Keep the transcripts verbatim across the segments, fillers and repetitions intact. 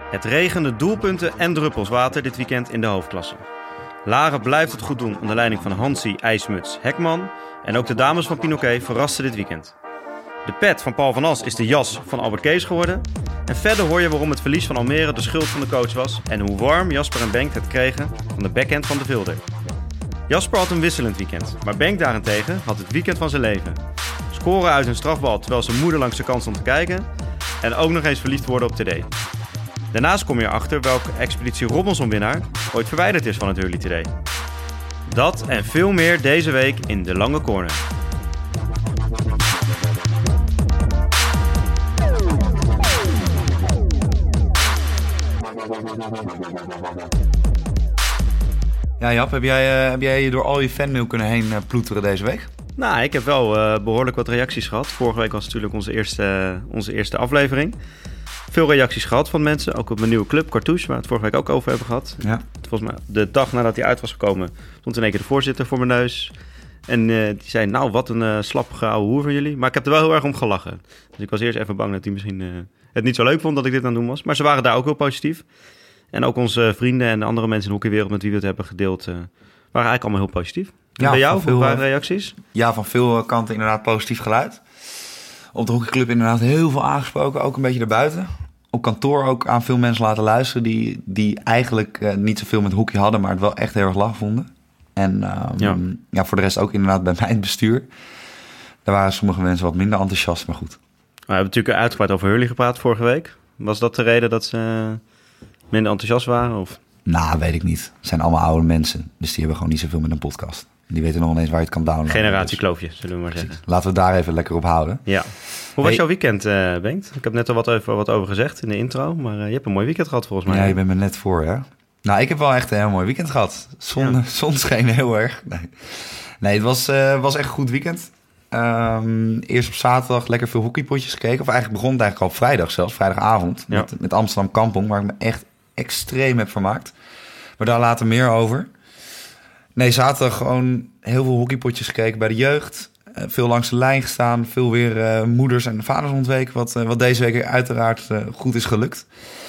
Het regende doelpunten en druppels water dit weekend in de hoofdklasse. Laren blijft het goed doen onder leiding van Hansie IJsmuts Hekman. En ook de dames van Pinoquet verrasten dit weekend. De pet van Paul van As is de jas van Albert Kees geworden. En verder hoor je waarom het verlies van Almere de schuld van de coach was. En hoe warm Jasper en Bengt het kregen van de backhand van de Vilder. Jasper had een wisselend weekend. Maar Bengt daarentegen had het weekend van zijn leven. Scoren uit een strafbal terwijl zijn moeder langs de kant stond te kijken. En ook nog eens verliefd worden op T D. Daarnaast kom je erachter welke Expeditie Robinson-winnaar ooit verwijderd is van het Hurley T D. Dat en veel meer deze week in De Lange Corner. Ja, Jap, heb jij, uh, heb jij je door al je fanmail kunnen heen uh, ploeteren deze week? Nou, ik heb wel uh, behoorlijk wat reacties gehad. Vorige week was natuurlijk onze eerste, uh, onze eerste aflevering. Veel reacties gehad van mensen, ook op mijn nieuwe club, Cartouche, waar we het vorige week ook over hebben gehad. Ja. Volgens mij, de dag nadat hij uit was gekomen, stond in één keer de voorzitter voor mijn neus. En uh, die zei, nou, wat een uh, slappige ouwe hoer van jullie. Maar ik heb er wel heel erg om gelachen. Dus ik was eerst even bang dat hij misschien uh, het niet zo leuk vond dat ik dit aan het doen was. Maar ze waren daar ook heel positief. En ook onze vrienden en de andere mensen in de hockeywereld met wie we het hebben gedeeld, uh, waren eigenlijk allemaal heel positief. En ja, bij jou, veel waren reacties? Ja, van veel kanten inderdaad positief geluid. Op de hockeyclub inderdaad heel veel aangesproken, ook een beetje daarbuiten. Op kantoor ook aan veel mensen laten luisteren die, die eigenlijk uh, niet zoveel met hockey hadden, maar het wel echt heel erg lach vonden. En um, ja. ja, voor de rest ook inderdaad bij mijn bestuur. Daar waren sommige mensen wat minder enthousiast, maar goed. We hebben natuurlijk uitgebreid over Hurley gepraat vorige week. Was dat de reden dat ze minder enthousiast waren? Of? Nou, weet ik niet. Het zijn allemaal oude mensen, dus die hebben gewoon niet zoveel met een podcast. Die weten nog eens waar je het kan downloaden. Generatiekloofje, dus zullen we maar zeggen. Laten we het daar even lekker op houden. Ja. Hoe was hey. jouw weekend, uh, Bengt? Ik heb net al wat over, wat over gezegd in de intro, maar uh, je hebt een mooi weekend gehad volgens mij. Ja, je bent me net voor, hè? Nou, ik heb wel echt een heel mooi weekend gehad. Zon, ja. zon scheen heel erg. Nee, nee het was, uh, was echt een goed weekend. Um, eerst op zaterdag lekker veel hockeypotjes gekeken. Of eigenlijk begon het eigenlijk al op vrijdag zelfs, vrijdagavond. Ja. Met, met Amsterdam Kampong, waar ik me echt extreem heb vermaakt. Maar daar later meer over. Nee, zaterdag gewoon heel veel hockeypotjes gekeken bij de jeugd. Uh, veel langs de lijn gestaan. Veel weer uh, moeders en vaders ontweken. Wat, uh, wat deze week uiteraard uh, goed is gelukt.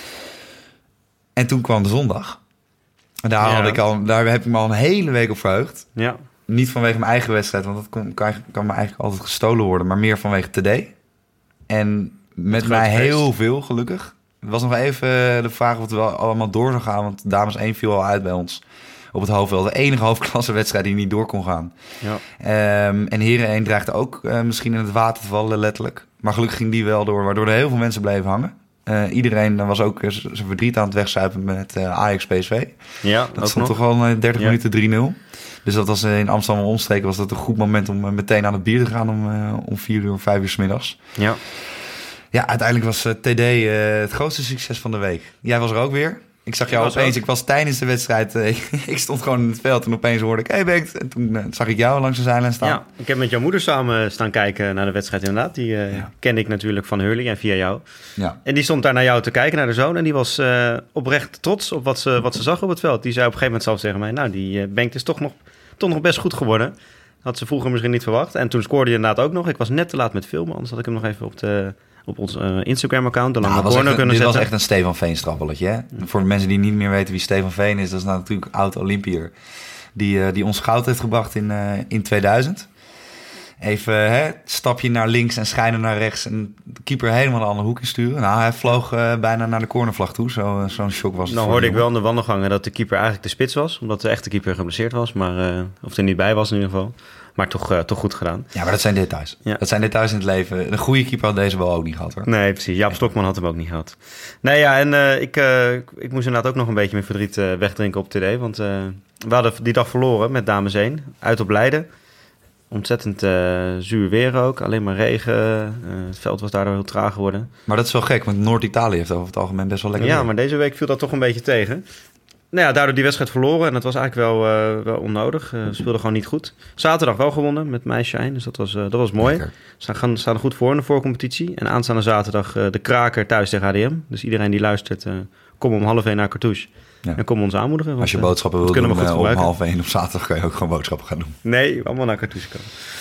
En toen kwam de zondag. En daar, ja. had ik al, daar heb ik me al een hele week op verheugd. Ja. Niet vanwege mijn eigen wedstrijd, want dat kan, kan, kan me eigenlijk altijd gestolen worden. Maar meer vanwege T D. En met mij heel feest. veel, gelukkig. Het was nog even de vraag of het wel allemaal door zou gaan. Want dames één viel al uit bij ons op het hoofdveld. De enige hoofdklassewedstrijd die niet door kon gaan. Ja. Um, en heren één dreigde ook uh, misschien in het water te vallen, letterlijk. Maar gelukkig ging die wel door, waardoor er heel veel mensen bleven hangen. Uh, iedereen was ook zijn verdriet aan het wegzuipen met uh, Ajax P S V. Ja, dat stond nog. toch al uh, dertig ja. minuten drie nul. Dus dat was uh, in Amsterdam omstreken was dat een goed moment om uh, meteen aan het bier te gaan om, uh, om vier uur of vijf uur 's middags. Ja. Ja, uiteindelijk was uh, T D uh, het grootste succes van de week. Jij was er ook weer. Ik zag jou opeens, ik was tijdens de wedstrijd, uh, ik stond gewoon in het veld en opeens hoorde ik, hey Bengt. En toen uh, zag ik jou langs de zijlijn staan. Ja, ik heb met jouw moeder samen staan kijken naar de wedstrijd inderdaad. Die uh, ja. ken ik natuurlijk van Hurley en via jou. Ja. En die stond daar naar jou te kijken, naar de zoon. En die was uh, oprecht trots op wat ze, wat ze zag op het veld. Die zei op een gegeven moment zelf tegen mij, nou die uh, Bengt is toch nog, toch nog best goed geworden. Had ze vroeger misschien niet verwacht. En toen scoorde je inderdaad ook nog. Ik was net te laat met filmen, anders had ik hem nog even op de... op ons uh, Instagram-account. Dan nou, was echt, kunnen dit zetten. was echt een Stefan Veen strafballetje. Hè? Ja. Voor de mensen die niet meer weten wie Stefan Veen is, dat is natuurlijk een oud-Olympiër. Die, uh, die ons goud heeft gebracht in, uh, in tweeduizend. Even uh, hè, stapje naar links en schijnen naar rechts. En de keeper helemaal de andere hoek in sturen. Nou, hij vloog uh, bijna naar de cornervlag toe. Zo, uh, zo'n shock was het. Nou hoorde ik wel in de wandelgangen dat de keeper eigenlijk de spits was. Omdat de echte keeper geblesseerd was. Maar, uh, of er niet bij was in ieder geval. Maar toch, uh, toch goed gedaan. Ja, maar dat zijn details. Ja. Dat zijn details in het leven. Een goede keeper had deze wel ook niet gehad, hoor. Nee, precies. Jaap Stokman had hem ook niet gehad. Nee, ja, en uh, ik, uh, ik moest inderdaad ook nog een beetje mijn verdriet uh, wegdrinken op T D. Want uh, we hadden die dag verloren met dames één. Uit op Leiden. Ontzettend uh, zuur weer ook. Alleen maar regen. Uh, het veld was daardoor heel traag geworden. Maar dat is wel gek, want Noord-Italië heeft over het algemeen best wel lekker Ja, weer. Maar deze week viel dat toch een beetje tegen. Nou ja, daardoor die wedstrijd verloren. En dat was eigenlijk wel, uh, wel onnodig. Uh, ze speelden gewoon niet goed. Zaterdag wel gewonnen met Meisje. Dus dat was, uh, dat was mooi. Lekker. Ze gaan, staan er goed voor in de voorcompetitie. En aanstaande zaterdag uh, de kraker thuis tegen H D M. Dus iedereen die luistert, uh, kom om half één naar Cartouche. Ja. En kom ons aanmoedigen. Want, als je boodschappen uh, wil doen, uh, om half één op zaterdag kan je ook gewoon boodschappen gaan doen. Nee, allemaal naar Cartouche komen.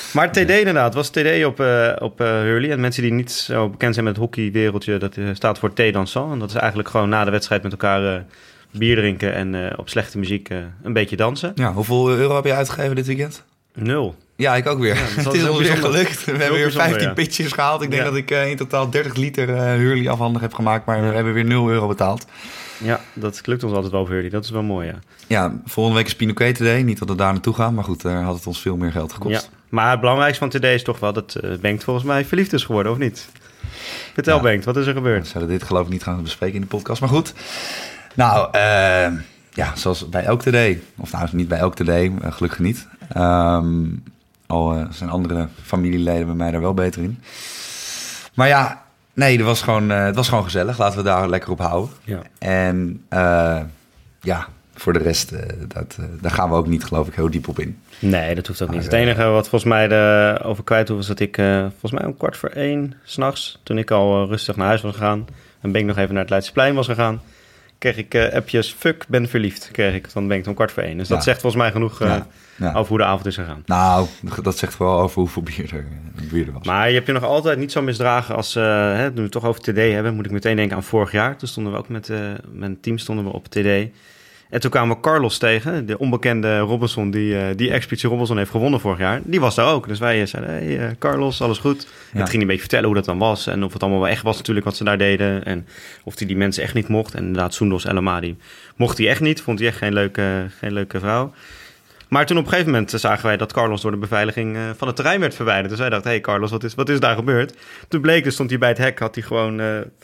Maar T D inderdaad, was T D op, uh, op uh, Hurley. En mensen die niet zo bekend zijn met het hockeywereldje, dat uh, staat voor thé dansant. En dat is eigenlijk gewoon na de wedstrijd met elkaar uh, bier drinken en uh, op slechte muziek uh, een beetje dansen. Ja, hoeveel euro heb je uitgegeven dit weekend? Nul. Ja, ik ook weer. Ja, het is ons weer gelukt. We hebben weer vijftien ja. pitches gehaald. Ik denk ja. dat ik uh, in totaal dertig liter uh, Hurley afhandig heb gemaakt. Maar we hebben weer nul euro betaald. Ja, dat lukt ons altijd wel op Hurley. Dat is wel mooi, ja. Ja, volgende week is Pinoquet Today. Niet dat we daar naartoe gaan. Maar goed, daar had het ons veel meer geld gekost. Ja. Maar het belangrijkste van Today is toch wel dat uh, Bengt volgens mij verliefd is geworden, of niet? Vertel ja. Bengt, wat is er gebeurd? We zouden dit geloof ik niet gaan bespreken in de podcast. Maar goed. Nou, uh, ja, zoals bij elk Today. Of nou, niet bij elk Today. Uh, gelukkig niet. Um, Al uh, zijn andere familieleden bij mij daar wel beter in. Maar ja, nee, het was gewoon, uh, het was gewoon gezellig. Laten we daar lekker op houden. Ja. En uh, ja, voor de rest, uh, dat, uh, daar gaan we ook niet, geloof ik, heel diep op in. Nee, dat hoeft ook maar, niet. Het enige wat volgens mij de, over kwijt hoef was dat ik uh, volgens mij om kwart voor één 's nachts, toen ik al uh, rustig naar huis was gegaan en ben ik nog even naar het Leidseplein was gegaan, kreeg ik uh, appjes, fuck, ben verliefd, kreeg ik van Bengt om kwart voor één. Dus ja. dat zegt volgens mij genoeg uh, ja. Ja. over hoe de avond is gegaan. Nou, dat zegt vooral over hoeveel bier er, bier er was. Maar je hebt je nog altijd niet zo misdragen als, uh, hè, toen we het toch over T D hebben, moet ik meteen denken aan vorig jaar. Toen stonden we ook met uh, mijn team stonden we op T D. En toen kwamen we Carlos tegen, de onbekende Robinson, die, uh, die Expeditie Robinson heeft gewonnen vorig jaar. Die was daar ook. Dus wij zeiden, hey uh, Carlos, alles goed. Ja. En het ging een beetje vertellen hoe dat dan was. En of het allemaal wel echt was natuurlijk wat ze daar deden. En of hij die mensen echt niet mocht. En inderdaad, Soendos El Amadi mocht hij echt niet. Vond hij echt geen leuke, geen leuke vrouw. Maar toen op een gegeven moment zagen wij dat Carlos door de beveiliging uh, van het terrein werd verwijderd. Dus wij dachten, hey Carlos, wat is, wat is daar gebeurd? Toen bleek, dus stond hij bij het hek, had hij gewoon uh,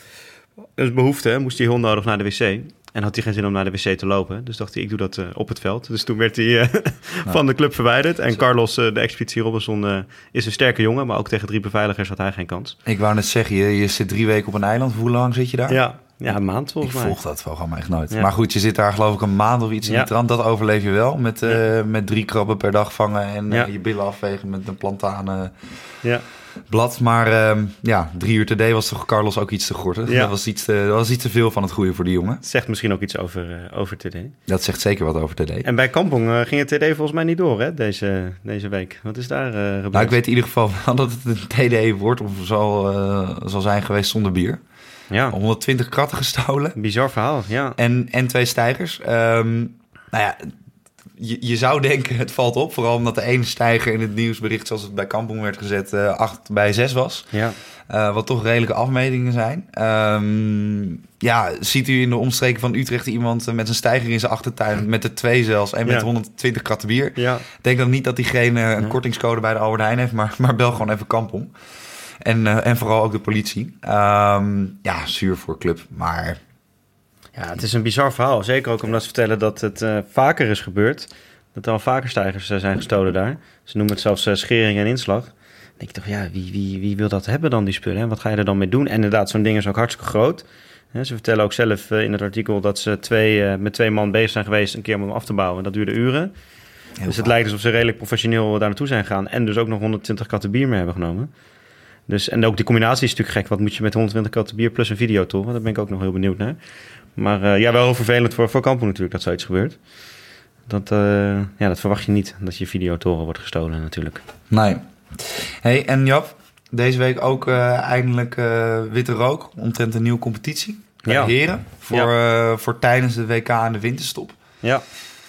een behoefte. Moest hij heel nodig naar de wc. En had hij geen zin om naar de wc te lopen. Dus dacht hij, ik doe dat uh, op het veld. Dus toen werd hij uh, nou. van de club verwijderd. En Carlos, uh, de Expeditie Robinson, uh, is een sterke jongen. Maar ook tegen drie beveiligers had hij geen kans. Ik wou net zeggen, je, je zit drie weken op een eiland. Hoe lang zit je daar? Ja, ja een maand volgens ik mij. Ik volg dat wel gewoon echt nooit. Ja. Maar goed, je zit daar geloof ik een maand of iets in ja. de trant. Dat overleef je wel. Met, uh, ja. met drie krabben per dag vangen. En ja. uh, je billen afvegen met een plantanen. Ja. Blad, maar uh, ja, drie uur T D was toch Carlos ook iets te gortig. Ja. Dat, was iets te, dat was iets te veel van het goede voor die jongen. Het zegt misschien ook iets over, uh, over T D. Dat zegt zeker wat over T D. En bij Kampong uh, ging het T D volgens mij niet door, hè, deze, deze week. Wat is daar uh, gebeurd? Nou, ik weet in ieder geval wel dat het een T D wordt of zal, uh, zal zijn geweest zonder bier. Ja. honderdtwintig kratten gestolen. Bizar verhaal, ja. En, en twee stijgers. Um, nou ja... Je, je zou denken, het valt op. Vooral omdat de ene stijger in het nieuwsbericht, zoals het bij Kampong werd gezet, uh, acht bij zes was. Ja. Uh, wat toch redelijke afmetingen zijn. Um, ja, ziet u in de omstreken van Utrecht iemand met een stijger in zijn achtertuin, met de twee zelfs, en met ja. honderdtwintig kratten bier. Ja. Ik denk dan niet dat diegene een ja. kortingscode bij de Albert Heijn heeft, maar, maar bel gewoon even Kampong. En, uh, en vooral ook de politie. Um, ja, zuur voor club, maar... Ja, het is een bizar verhaal. Zeker ook omdat ze vertellen dat het uh, vaker is gebeurd. Dat er al vaker stijgers uh, zijn gestolen daar. Ze noemen het zelfs uh, schering en inslag. Dan denk ik toch, ja, wie, wie, wie wil dat hebben dan, die spullen? Hè? Wat ga je er dan mee doen? En inderdaad, zo'n ding is ook hartstikke groot. Hè, ze vertellen ook zelf uh, in het artikel dat ze twee, uh, met twee man bezig zijn geweest een keer om hem af te bouwen. Dat duurde uren. Heel dus het vaak. Lijkt alsof ze redelijk professioneel daar naartoe zijn gegaan. En dus ook nog honderdtwintig katten bier mee hebben genomen. Dus, en ook die combinatie is natuurlijk gek. Wat moet je met honderdtwintig katten bier plus een videotoren? Daar ben ik ook nog heel benieuwd naar. Maar uh, ja, wel heel vervelend voor, voor Kampong natuurlijk dat zoiets gebeurt. Dat, uh, ja, dat verwacht je niet, dat je videotoren wordt gestolen natuurlijk. Nee. Hey, en Jap, deze week ook uh, eindelijk uh, witte rook omtrent een nieuwe competitie. Bij ja. heren, voor, ja. uh, voor tijdens de W K en de winterstop. Ja.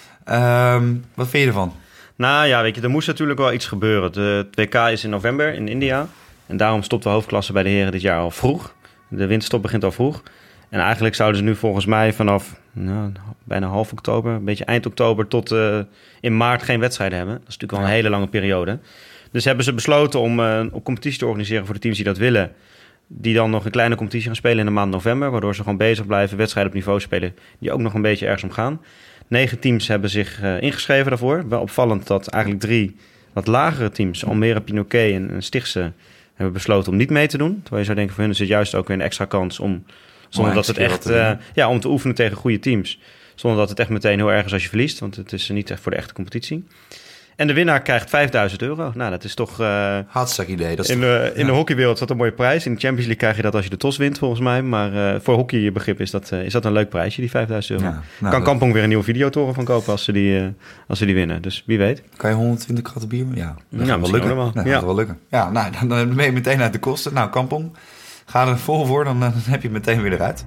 Um, wat vind je ervan? Nou ja, weet je, er moest natuurlijk wel iets gebeuren. De, het W K is in november in India. En daarom stopt de hoofdklasse bij de heren dit jaar al vroeg. De winterstop begint al vroeg. En eigenlijk zouden ze nu volgens mij vanaf nou, bijna half oktober, een beetje eind oktober tot uh, in maart geen wedstrijden hebben. Dat is natuurlijk wel een hele lange periode. Dus hebben ze besloten om uh, een competitie te organiseren voor de teams die dat willen. Die dan nog een kleine competitie gaan spelen in de maand november. Waardoor ze gewoon bezig blijven, wedstrijden op niveau spelen die ook nog een beetje ergens om gaan. Negen teams hebben zich uh, ingeschreven daarvoor. Wel opvallend dat eigenlijk drie wat lagere teams, Almere, Pinoquet en, en Stichtse, hebben besloten om niet mee te doen. Terwijl je zou denken, voor hun is het juist ook weer een extra kans om... Zonder dat het echt, uh, ja, om te oefenen tegen goede teams. Zonder dat het echt meteen heel erg is als je verliest. Want het is niet echt voor de echte competitie. En de winnaar krijgt vijfduizend euro. Nou, dat is toch... Uh, Hartstikke idee. Dat is in, toch, de, in ja. de hockeywereld is dat een mooie prijs. In de Champions League krijg je dat als je de tos wint, volgens mij. Maar uh, voor hockeybegrip is dat, uh, is dat een leuk prijsje, die vijfduizend euro. Ja, nou, kan Kampong weer een nieuwe videotoren van kopen als ze, die, uh, als ze die winnen. Dus wie weet. Kan je honderdtwintig kratten bier? Ja, dat ja, gaat wel lukken. Wel. Dat ja. gaat wel lukken. Ja, nou, dan, dan ben je meteen uit de kosten. Nou, Kampong, ga er vol voor, dan, dan heb je het meteen weer eruit.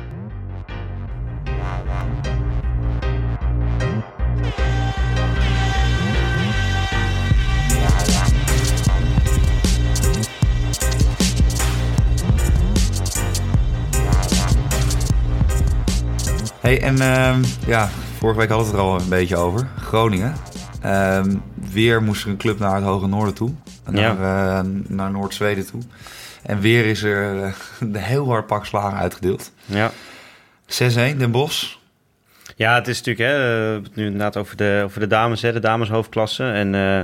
Hey, en uh, ja, vorige week hadden we het er al een beetje over. Groningen. Uh, weer moest er een club naar het Hoge Noorden toe. Naar, ja. uh, naar Noord-Zweden toe. En weer is er uh, een heel hard pak slagen uitgedeeld. Ja. zes-een, Den Bosch. Ja, het is natuurlijk, hè, we hebben het nu inderdaad over de, over de dames, hè, de dameshoofdklasse. En uh,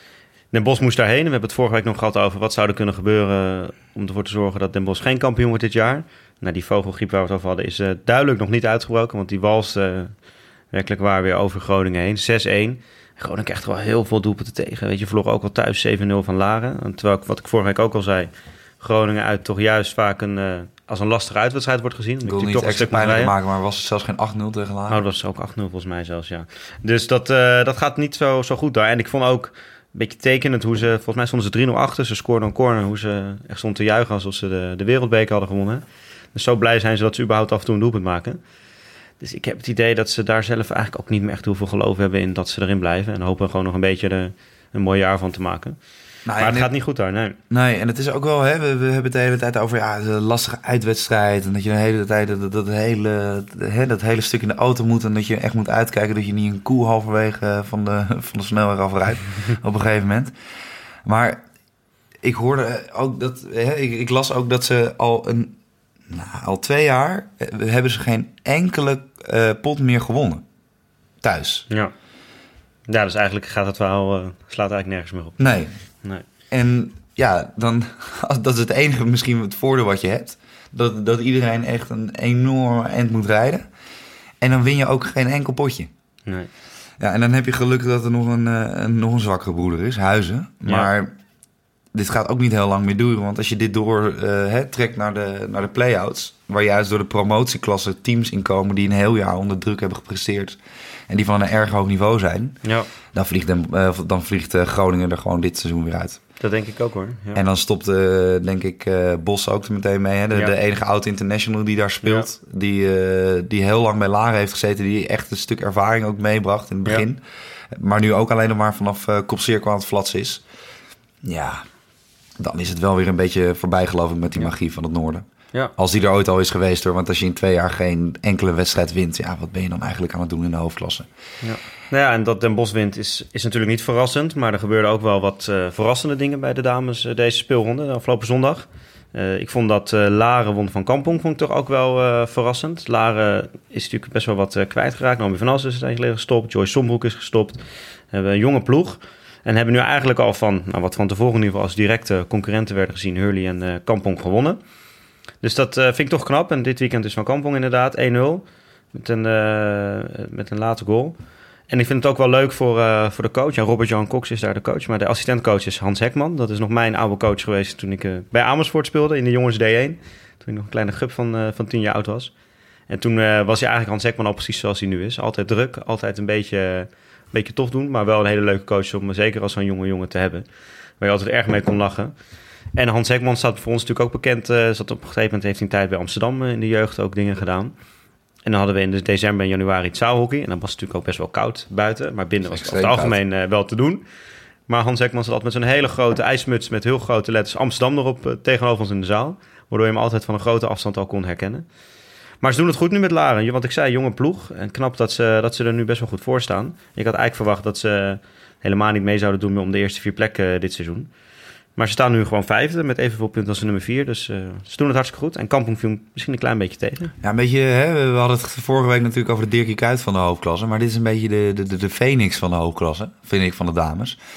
Den Bosch moest daarheen. We hebben het vorige week nog gehad over wat zou er kunnen gebeuren om ervoor te zorgen dat Den Bosch geen kampioen wordt dit jaar. Nou, die vogelgriep waar we het over hadden is uh, duidelijk nog niet uitgebroken. Want die walste uh, werkelijk waar weer over Groningen heen. zes-een. Groningen krijgt er wel heel veel doelpunten tegen. Weet je, verloor ook al thuis zeven nul van Laren. En terwijl ik, wat ik vorige week ook al zei, Groningen uit toch juist vaak een, uh, als een lastige uitwedstrijd wordt gezien. Ik wil niet toch extra pijnlijk maken, maar was het zelfs geen acht nul tegen Laren? Nou, dat was ook acht nul volgens mij zelfs, ja. Dus dat, uh, dat gaat niet zo, zo goed daar. En ik vond ook een beetje tekenend hoe ze, volgens mij stonden ze drie nul achter. Ze scoorden een corner, hoe ze echt stonden te juichen alsof ze de, de wereldbeker hadden gewonnen. Dus zo blij zijn ze dat ze überhaupt af en toe een doelpunt maken. Dus ik heb het idee dat ze daar zelf eigenlijk ook niet meer echt heel veel geloof hebben in dat ze erin blijven. En hopen gewoon nog een beetje de, een mooi jaar van te maken. Nou, maar het gaat niet goed daar, nee. Nee, en het is ook wel, hè, we, we hebben het de hele tijd over ja, de lastige uitwedstrijd. En dat je de hele tijd dat, dat, hele, hè, dat hele stuk in de auto moet. En dat je echt moet uitkijken dat je niet een koe halverwege van de, van de snelweg afrijdt op een gegeven moment. Maar ik hoorde ook dat, hè, ik, ik las ook dat ze al een... Nou, al twee jaar hebben ze geen enkele uh, pot meer gewonnen. Thuis. Ja. Ja, dus eigenlijk gaat het wel, uh, slaat eigenlijk nergens meer op. Nee. nee. En ja, dan, dat is het enige misschien het voordeel wat je hebt. Dat, dat iedereen echt een enorme eind moet rijden. En dan win je ook geen enkel potje. Nee. Ja, en dan heb je geluk dat er nog een, een, nog een zwakkere broeder is, Huizen. Maar... Ja. Dit gaat ook niet heel lang meer duren. Want als je dit door uh, he, trekt naar de, naar de play-outs... waar juist door de promotieklasse teams inkomen... die een heel jaar onder druk hebben gepresteerd... en die van een erg hoog niveau zijn... Ja. dan vliegt, de, uh, dan vliegt uh, Groningen er gewoon dit seizoen weer uit. Dat denk ik ook, hoor. Ja. En dan stopt, uh, denk ik, uh, Bos ook er meteen mee. Hè? De, ja. de enige oud-international die daar speelt... Ja. Die, uh, die heel lang bij Laren heeft gezeten... die echt een stuk ervaring ook meebracht in het begin. Ja. Maar nu ook alleen nog maar vanaf uh, kopcirkel aan het flatsen is. Ja... Dan is het wel weer een beetje voorbij, geloof ik, met die magie ja. van het noorden. Ja. Als die er ooit al is geweest, hoor. Want als je in twee jaar geen enkele wedstrijd wint... ja, wat ben je dan eigenlijk aan het doen in de hoofdklasse? Ja. Nou ja, en dat Den Bosch wint is, is natuurlijk niet verrassend... maar er gebeurden ook wel wat uh, verrassende dingen bij de dames... Uh, deze speelronde, de afgelopen zondag. Uh, ik vond dat uh, Laren won van Kampong, vond ik toch ook wel uh, verrassend. Laren is natuurlijk best wel wat uh, kwijtgeraakt. Naomi van Assen is er geleden gestopt. Joyce Sombroek is gestopt. We hebben een jonge ploeg... En hebben nu eigenlijk al van, nou, wat van tevoren in ieder geval als directe concurrenten werden gezien, Hurley en uh, Kampong gewonnen. Dus dat uh, vind ik toch knap. En dit weekend dus van Kampong inderdaad, één nul. Met een, uh, met een late goal. En ik vind het ook wel leuk voor, uh, voor de coach. Ja, Robert-Jan Cox is daar de coach. Maar de assistentcoach is Hans Hekman. Dat is nog mijn oude coach geweest toen ik uh, bij Amersfoort speelde in de jongens D één. Toen ik nog een kleine gup van, uh, van tien jaar oud was. En toen uh, was hij eigenlijk Hans Hekman al precies zoals hij nu is. Altijd druk, altijd een beetje... Een beetje tof doen, maar wel een hele leuke coach om zeker als zo'n jonge jongen te hebben. Waar je altijd erg mee kon lachen. En Hans Hekman staat voor ons natuurlijk ook bekend. Uh, zat op een gegeven moment heeft hij een tijd bij Amsterdam uh, in de jeugd ook dingen gedaan. En dan hadden we in de december en januari het zaalhockey. En dan was het natuurlijk ook best wel koud buiten. Maar binnen was het over het algemeen uh, wel te doen. Maar Hans Hekman zat altijd met zo'n hele grote ijsmuts met heel grote letters Amsterdam erop uh, tegenover ons in de zaal. Waardoor je hem altijd van een grote afstand al kon herkennen. Maar ze doen het goed nu met Laren. Want ik zei, jonge ploeg. En knap dat ze, dat ze er nu best wel goed voor staan. Ik had eigenlijk verwacht dat ze helemaal niet mee zouden doen om de eerste vier plekken dit seizoen. Maar ze staan nu gewoon vijfde met evenveel punten als de nummer vier. Dus uh, ze doen het hartstikke goed. En Kampong viel misschien een klein beetje tegen. Ja, een beetje, hè, we hadden het vorige week natuurlijk over de Dirkie Kuyt van de hoofdklasse. Maar dit is een beetje de, de, de, de Phoenix van de hoofdklasse, vind ik, van de dames.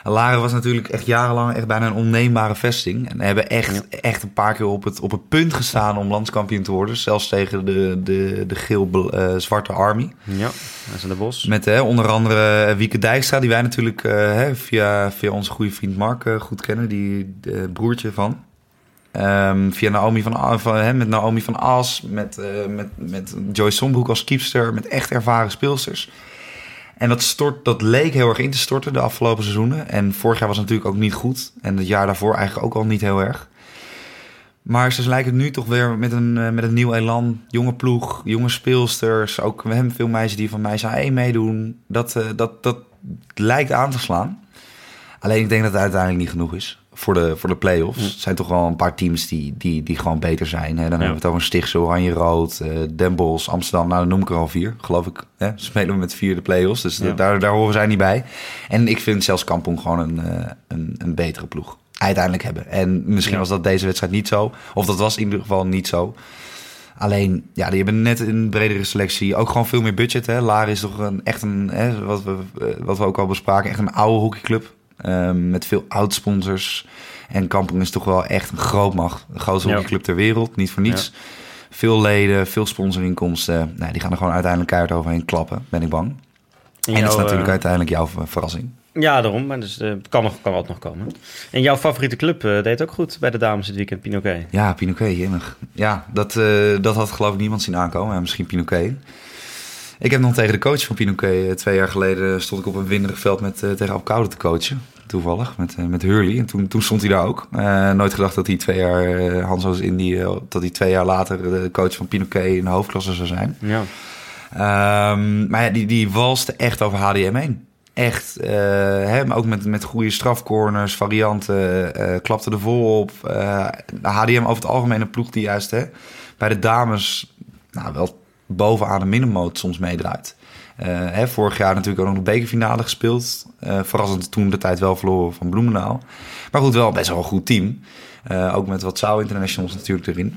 Laren was natuurlijk echt jarenlang echt bijna een onneembare vesting. En hebben echt, ja. echt een paar keer op het, op het punt gestaan om landskampioen te worden. Zelfs tegen de, de, de geel-zwarte uh, Army. Ja, dat is in de Bos. Met hè, onder andere Wieke Dijkstra, die wij natuurlijk uh, hè, via, via onze goede vriend Mark uh, goed kennen. Die uh, broertje van. Um, via Naomi van, van hè, met Naomi van As, met, uh, met, met Joyce Sombroek als keepster, met echt ervaren speelsters. En dat, stort, dat leek heel erg in te storten de afgelopen seizoenen. En vorig jaar was het natuurlijk ook niet goed. En het jaar daarvoor eigenlijk ook al niet heel erg. Maar ze lijken nu toch weer met een, uh, met een nieuw elan. Jonge ploeg, jonge speelsters. Ook we hebben veel meisjes die van Meisje A één meedoen. Dat, uh, dat, dat lijkt aan te slaan. Alleen ik denk dat het uiteindelijk niet genoeg is voor de, voor de play-offs. Het zijn toch wel een paar teams die, die, die gewoon beter zijn. Hè? Dan ja. hebben we het over Stichtse, Oranje-Rood, uh, Den Bosch, Amsterdam. Nou, dan noem ik er al vier, geloof ik. Hè? Ze spelen met vier de play-offs, dus ja. daar, daar horen zij niet bij. En ik vind zelfs Kampong gewoon een, uh, een, een betere ploeg. Uiteindelijk hebben. En misschien ja. was dat deze wedstrijd niet zo. Of dat was in ieder geval niet zo. Alleen, ja, die hebben net een bredere selectie. Ook gewoon veel meer budget. Hè? Laren is toch een, echt een, hè, wat, we, wat we ook al bespraken, echt een oude hockeyclub. Um, met veel oud-sponsors. En Kampong is toch wel echt een grootmacht. De grootste ja. hockeyclub ter wereld, niet voor niets. Ja. Veel leden, veel sponsorinkomsten. Nou, die gaan er gewoon uiteindelijk keihard overheen klappen, ben ik bang. En, en dat is natuurlijk uh, uiteindelijk jouw verrassing. Ja, daarom. Maar dus, uh, kan, nog, kan wat nog komen. En jouw favoriete club uh, deed ook goed bij de dames dit weekend, Pinoquet. Ja, Pinoquet, jemig. Ja, dat, uh, dat had geloof ik niemand zien aankomen. Ja, misschien Pinoquet. Ik heb nog tegen de coach van Pinoquet twee jaar geleden stond ik op een winderig veld met uh, tegen Apkoude te coachen. Toevallig, met, uh, met Hurley. En toen, toen stond hij daar ook. Uh, nooit gedacht dat hij twee jaar, uh, Hans was in die, uh, dat hij twee jaar later de coach van Pinoquet in de hoofdklasse zou zijn. Ja. Um, maar ja, die, die walste echt over H D M heen. Echt, uh, hè, maar ook met, met goede strafcorners, varianten, uh, klapte er vol op. Uh, H D M over het algemeen een ploeg die juist hè, bij de dames nou, wel bovenaan de middenmoot soms meedraait. Uh, hè, vorig jaar natuurlijk ook nog de bekerfinale gespeeld. Uh, verrassend toen de tijd wel verloren van Bloemendaal. Maar goed, wel best wel een goed team. Uh, ook met wat Zou Internationals natuurlijk erin.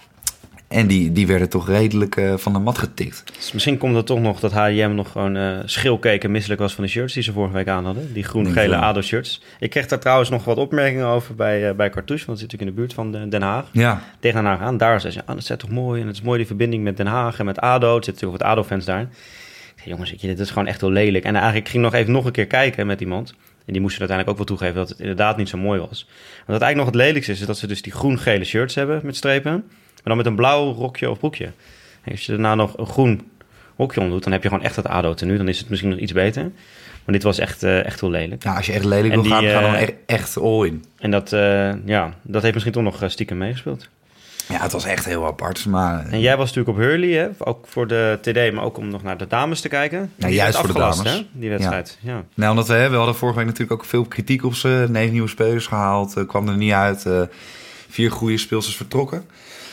En die, die werden toch redelijk uh, van de mat getikt. Dus misschien komt het toch nog dat H D M nog gewoon uh, schil keek en misselijk was van de shirts die ze vorige week aan hadden. Die groen-gele A D O shirts. Ik kreeg daar trouwens nog wat opmerkingen over bij, uh, bij Cartouche, want het zit natuurlijk in de buurt van Den Haag. Ja. Tegen Den Haag aan. Daar zei ze, ah, dat is toch mooi. En het is mooi die verbinding met Den Haag en met A D O. Het zit natuurlijk wat A D O-fans daar. Ik zei, jongens, dit is gewoon echt heel lelijk. En eigenlijk ging ik nog even nog een keer kijken met iemand. En die moesten uiteindelijk ook wel toegeven dat het inderdaad niet zo mooi was. Want wat eigenlijk nog het lelijkste is, is dat ze dus die groen-gele shirts hebben met strepen. Maar dan met een blauw rokje of broekje. En als je daarna nog een groen rokje om doet, dan heb je gewoon echt dat A D O-tenue. Dan is het misschien nog iets beter. Maar dit was echt, uh, echt heel lelijk. Ja, als je echt lelijk wil gaan, uh, ga dan echt, echt all in. En dat, uh, ja, dat heeft misschien toch nog stiekem meegespeeld. Ja, het was echt heel apart. Maar... En jij was natuurlijk op Hurley, hè? Ook voor de T D, maar ook om nog naar de dames te kijken. Ja, juist voor de dames. Hè? Die wedstrijd, ja. ja. Nou, omdat we, we hadden vorige week natuurlijk ook veel kritiek op ze. Negen nieuwe spelers gehaald, uh, kwam er niet uit. Uh, vier goede speelsters vertrokken.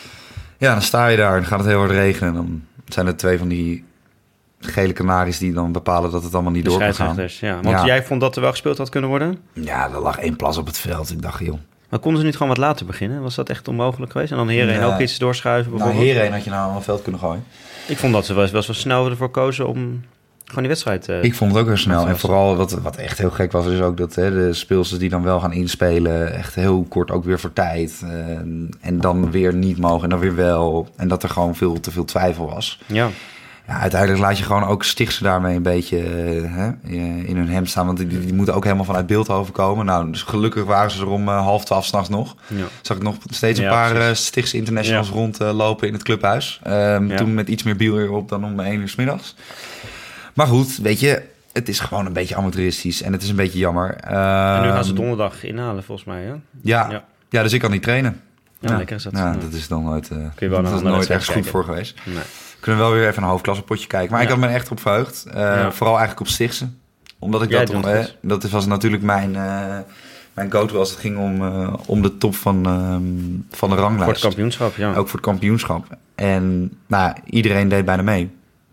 Ja, dan sta je daar en gaat het heel hard regenen. En dan zijn er twee van die gele kanaries die dan bepalen dat het allemaal niet door kan gaan. Ja. Want ja. jij vond dat er wel gespeeld had kunnen worden? Ja, er lag één plas op het veld. Ik dacht, joh. Maar konden ze niet gewoon wat later beginnen? Was dat echt onmogelijk geweest? En dan Heerenveen ja. ook iets doorschuiven bijvoorbeeld? Nou, Heerenveen had je nou aan het veld kunnen gooien. Ik vond dat ze wel eens wel snel ervoor kozen om gewoon die wedstrijd... Uh, ik vond het ook heel snel. En vooral wat, wat echt heel gek was, is ook dat hè, de speelsters die dan wel gaan inspelen, echt heel kort ook weer voor tijd. Uh, en dan weer niet mogen en dan weer wel. En dat er gewoon veel te veel twijfel was. Ja. Ja, uiteindelijk laat je gewoon ook Stichtse daarmee een beetje uh, hè, in hun hem staan. Want die, die moeten ook helemaal vanuit Beeldhoven komen. Nou, dus gelukkig waren ze er om uh, half twaalf 's nachts nog. Ja. Zag ik nog steeds een ja, paar uh, Stichtse internationals ja. rondlopen uh, in het clubhuis. Um, ja. Toen met iets meer bier op dan om één uur 's middags. Maar goed, weet je, het is gewoon een beetje amateuristisch en het is een beetje jammer. Um, en nu gaan ze donderdag inhalen volgens mij, hè? Ja, ja. ja dus ik kan niet trainen. Ja, ja. lekker is dat. Ja, dat is dan nooit, uh, Kun je wel dat is nooit ergens goed voor geweest. Nee. Kunnen we wel weer even een hoofdklasse potje kijken. Maar ja. ik had me echt op verheugd. Uh, ja. Vooral eigenlijk op Stichtse. Omdat ik Jij dat... Om, eh, dat was natuurlijk mijn, uh, mijn go-to als het ging om, uh, om de top van, uh, van de ranglijst. Voor het kampioenschap, ja. Ook voor het kampioenschap. En nou, iedereen deed bijna mee.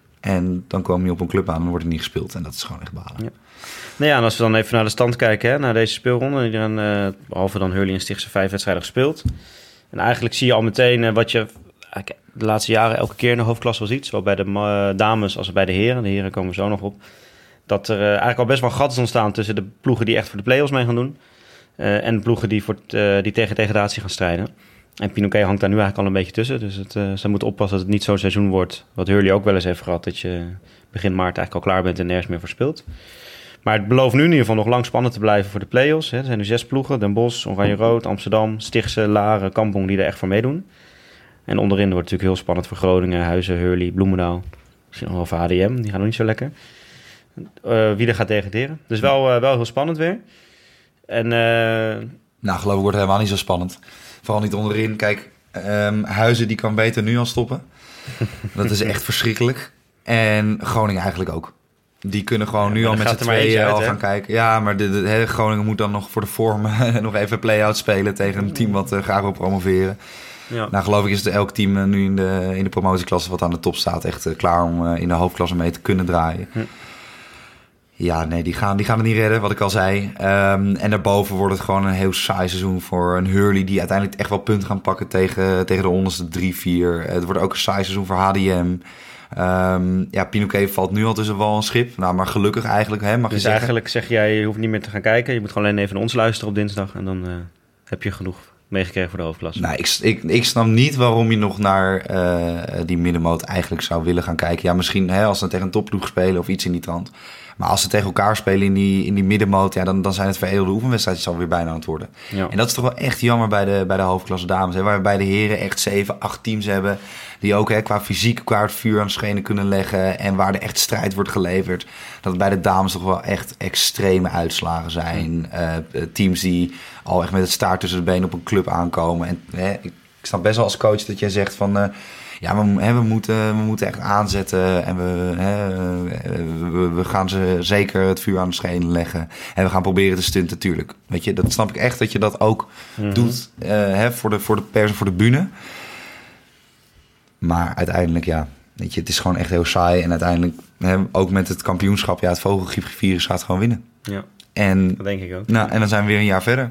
En dan kwam je op een club aan en dan wordt er niet gespeeld. En dat is gewoon echt balen. Ja. Nou ja, en als we dan even naar de stand kijken, hè, naar deze speelronde. Iedereen, uh, behalve dan Hurley en Stichtse, vijf wedstrijden gespeeld. En eigenlijk zie je al meteen uh, wat je de laatste jaren elke keer in de hoofdklasse wel ziet. Zowel bij de uh, dames als bij de heren. De heren komen zo nog op. dat er uh, eigenlijk al best wel gat is ontstaan tussen de ploegen die echt voor de play-offs mee gaan doen. Uh, en de ploegen die, voor t, uh, die tegen degradatie gaan strijden. En Pinoquet hangt daar nu eigenlijk al een beetje tussen. Dus het, uh, ze moeten oppassen dat het niet zo'n seizoen wordt. Wat Hurley ook wel eens heeft gehad. Dat je begin maart eigenlijk al klaar bent en nergens meer voor speelt. Maar het belooft nu in ieder geval nog lang spannend te blijven voor de play-offs. Hè. Er zijn nu zes ploegen. Den Bosch, Oranje-Rood, Amsterdam, Stichtse, Laren, Kampong die er echt voor meedoen. En onderin wordt het natuurlijk heel spannend voor Groningen, Huizen, Hurley, Bloemendaal. Misschien nog wel voor H D M, die gaan nog niet zo lekker. Uh, wie er gaat degraderen. Dus wel, uh, wel heel spannend weer. En, uh... Nou, geloof ik wordt helemaal niet zo spannend. Vooral niet onderin. Kijk, um, Huizen die kan beter nu al stoppen. Dat is echt verschrikkelijk. En Groningen eigenlijk ook. Die kunnen gewoon ja, nu al met z'n tweeën al gaan kijken. Ja, maar de, de, de, Groningen moet dan nog voor de vorm nog even play-out spelen tegen een team wat uh, graag wil promoveren. Ja. Nou, geloof ik is het elk team uh, nu in de, in de promotieklasse wat aan de top staat echt uh, klaar om uh, in de hoofdklasse mee te kunnen draaien. Hm. Ja, nee, die gaan, die gaan het niet redden, wat ik al zei. Um, en daarboven wordt het gewoon een heel saai seizoen voor een Hurley die uiteindelijk echt wel punten gaan pakken tegen, tegen de onderste drie, vier. Uh, het wordt ook een saai seizoen voor H D M. Um, ja, Pinoquet valt nu al tussen wal en schip. Nou, maar gelukkig eigenlijk, hè, mag dus je eigenlijk zeg jij, je hoeft niet meer te gaan kijken. Je moet gewoon alleen even naar ons luisteren op dinsdag. En dan uh, heb je genoeg meegekregen voor de hoofdklasse. Nou, ik, ik, ik snap niet waarom je nog naar uh, die middenmoot eigenlijk zou willen gaan kijken. Ja, misschien hè, als ze tegen een topploeg spelen of iets in die trant. Maar als ze tegen elkaar spelen in die, in die middenmoot, ja, dan, dan zijn het veredelde oefenwedstrijdjes alweer bijna aan het worden. Ja. En dat is toch wel echt jammer bij de, bij de hoofdklasse dames. Hè, waar we bij de heren echt zeven, acht teams hebben. Die ook hè, qua fysiek, qua het vuur aan de schenen kunnen leggen. En waar er echt strijd wordt geleverd. Dat het bij de dames toch wel echt extreme uitslagen zijn. Uh, teams die al echt met het staart tussen de benen op een club aankomen. En hè, ik snap best wel als coach dat jij zegt van... Uh, Ja, we, hè, we, moeten, we moeten echt aanzetten en we, hè, we, we gaan ze zeker het vuur aan de schenen leggen. En we gaan proberen te stunten, natuurlijk. Weet je, dat snap ik echt dat je dat ook mm-hmm. doet uh, hè, voor, de, voor de pers en voor de bühne. Maar uiteindelijk, ja, weet je, het is gewoon echt heel saai. En uiteindelijk, hè, ook met het kampioenschap, ja, het vogelgriepvirus gaat gewoon winnen. Ja, en, dat denk ik ook. Nou, en dan zijn we weer een jaar verder.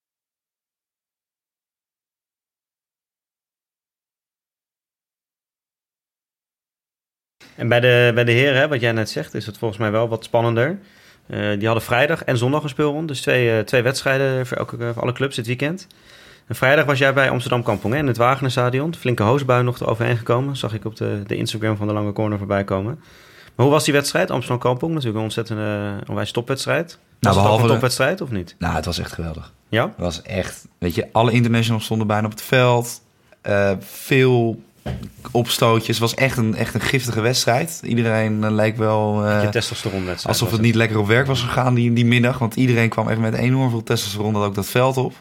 En bij de, bij de heren, hè, wat jij net zegt, is het volgens mij wel wat spannender. Uh, die hadden vrijdag en zondag een speelronde. Dus twee, uh, twee wedstrijden voor, elke, voor alle clubs dit weekend. En vrijdag was jij bij Amsterdam Kampong, hè, in het Wagenerstadion. Flinke hoosbui nog eroverheen gekomen. Zag ik op de, de Instagram van de Lange Corner voorbij komen. Maar hoe was die wedstrijd? Amsterdam Kampong, natuurlijk een ontzettende onwijs topwedstrijd. Was nou, het ook een topwedstrijd of niet? Nou, het was echt geweldig. Ja? Het was echt, weet je, alle internationals stonden bijna op het veld. Uh, veel... opstootjes. Het was echt een, echt een giftige wedstrijd. Iedereen uh, leek wel... Uh, testosteronwedstrijd. Alsof het, het niet lekker op werk was gegaan die, die middag. Want iedereen kwam echt met enorm veel testosteron dat ook dat veld op.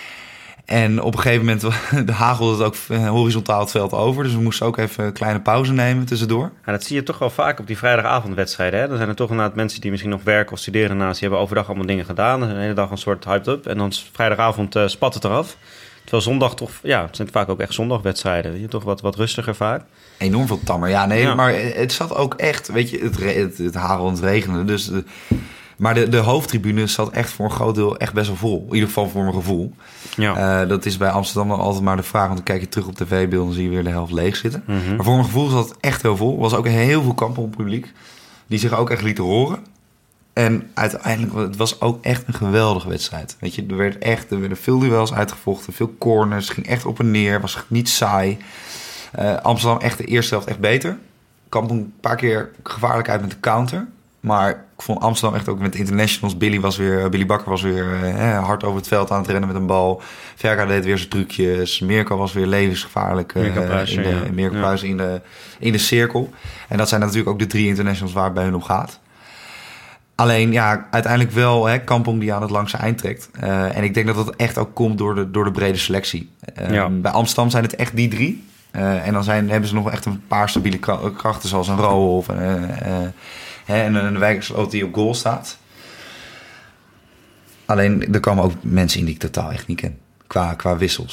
En op een gegeven moment hagelde het ook horizontaal het veld over. Dus we moesten ook even een kleine pauze nemen tussendoor. Ja, dat zie je toch wel vaak op die vrijdagavondwedstrijden. Hè? Dan zijn er toch inderdaad mensen die misschien nog werken of studeren naast. Die hebben overdag allemaal dingen gedaan. De hele dag een soort hyped up. En dan vrijdagavond uh, spat het eraf. Terwijl zondag toch, ja, het zijn vaak ook echt zondagwedstrijden. Je toch wat, wat rustiger vaak. Enorm veel tammer. Ja, nee, ja. Maar het zat ook echt, weet je, het, het, het hagel en het regende. Dus de, maar de, de hoofdtribune zat echt voor een groot deel echt best wel vol. In ieder geval voor mijn gevoel. Ja. Uh, dat is bij Amsterdam dan altijd maar de vraag. Want dan kijk je terug op tv-beelden en zie je weer de helft leeg zitten. Mm-hmm. Maar voor mijn gevoel zat het echt heel vol. Er was ook heel veel Kampong-publiek die zich ook echt lieten horen. En uiteindelijk, het was ook echt een geweldige wedstrijd. Weet je, er werd echt, er werden veel duels uitgevochten, veel corners, ging echt op en neer, was niet saai. Uh, Amsterdam echt de eerste helft echt beter. Kampong een paar keer gevaarlijk uit met de counter. Maar ik vond Amsterdam echt ook met de internationals. Billy, was weer, Billy Bakker was weer uh, hard over het veld aan het rennen met een bal. Verga deed weer zijn trucjes. Mirko was weer levensgevaarlijk uh, Mirko Pruis, in, de, ja. Mirko Pruis ja. in, de, in de cirkel. En dat zijn natuurlijk ook de drie internationals waar het bij hun om gaat. Alleen, ja, uiteindelijk wel hè, Kampong die aan het langste eind trekt. Uh, en ik denk dat dat echt ook komt door de, door de brede selectie. Uh, ja. Bij Amsterdam zijn het echt die drie. Uh, en dan zijn, hebben ze nog echt een paar stabiele krachten, zoals een Roohof en, uh, uh, hè, en een Wijkersloot die op goal staat. Alleen, er komen ook mensen in die ik totaal echt niet ken. Qua, qua wissels.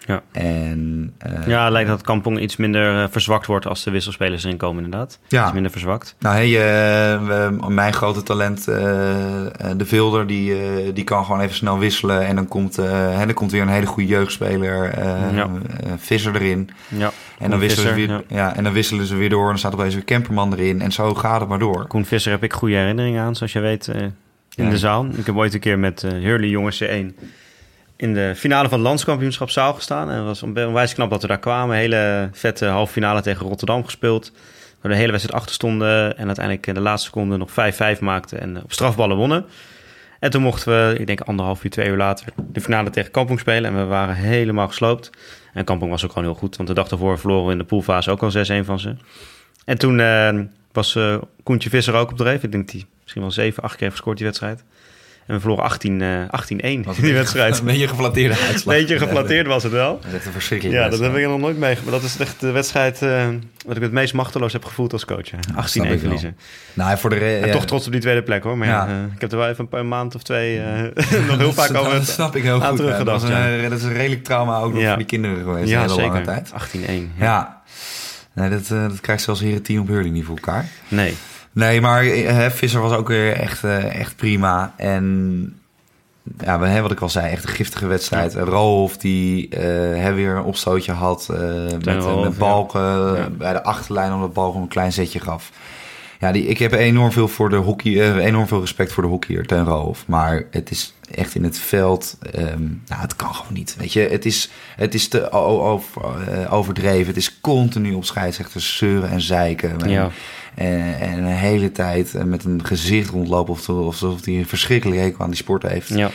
Ja. En, uh, ja, het lijkt dat Kampong iets minder uh, verzwakt wordt als de wisselspelers erin komen inderdaad. Ja. Iets minder verzwakt. Nou, hey, uh, mijn grote talent, uh, de Vilder, die, uh, die kan gewoon even snel wisselen. En dan komt, uh, hè, dan komt weer een hele goede jeugdspeler, uh, ja. uh, Visser erin. Ja. En dan, wisselen Visser, ze weer, ja. ja, en dan wisselen ze weer door. En dan staat opeens weer Kemperman erin. En zo gaat het maar door. Koen Visser heb ik goede herinneringen aan, zoals je weet, uh, in ja. de zaal. Ik heb ooit een keer met uh, Hurley jongens C één in de finale van het landskampioenschap zaal gestaan. En het was onwijs knap dat we daar kwamen. Een hele vette halve finale tegen Rotterdam gespeeld. Waar we de hele wedstrijd achter stonden. En uiteindelijk de laatste seconde nog vijf vijf maakten. En op strafballen wonnen. En toen mochten we, ik denk anderhalf uur, twee uur later, de finale tegen Kampong spelen. En we waren helemaal gesloopt. En Kampong was ook gewoon heel goed. Want de dag daarvoor verloren we in de poolfase ook al zes een van ze. En toen uh, was uh, Koentje Visser ook op dreef. Ik denk die misschien wel zeven, acht keer gescoord die wedstrijd. En we verloren achttien één in die wedstrijd. Een beetje geflatteerde uitslag. Een beetje geflatteerd was het wel. Dat is echt een verschrikkelijke Ja, wedstrijd. dat heb ik nog nooit meegemaakt. Dat is echt de wedstrijd uh, wat ik het meest machteloos heb gevoeld als coach. Ja. achttien één verliezen. Nou, voor de re- en ja. toch trots op die tweede plek hoor. Maar ja. Ja, uh, ik heb er wel even een paar maand of twee uh, nog heel vaak dat, over dat snap ik heel aan goed, teruggedacht. Dat, ja. een, dat is een redelijk trauma ook nog ja. voor die kinderen geweest. Ja, een hele zeker. lange tijd. achttien één. Ja. ja. Nee, dat, uh, dat krijgt zelfs hier het team op Hurley niet voor elkaar. Nee. Nee, maar uh, Visser was ook weer echt, uh, echt prima. En ja, we, wat ik al zei, echt een giftige wedstrijd. Ja. Rolf die uh, weer een opstootje had uh, met, Rolf, met Balken ja. Ja. bij de achterlijn, omdat Balken een klein zetje gaf. Ja, die, ik heb enorm veel voor de hockey, uh, enorm veel respect voor de hockeyer, Teun Rolf. Maar het is echt in het veld, um, nou, het kan gewoon niet. Weet je, het is, het is te over, uh, overdreven. Het is continu op scheidsrechters zeuren en zeiken. En, ja. En, en een hele tijd met een gezicht rondlopen alsof hij een verschrikkelijk hekel aan die sport heeft. Ja.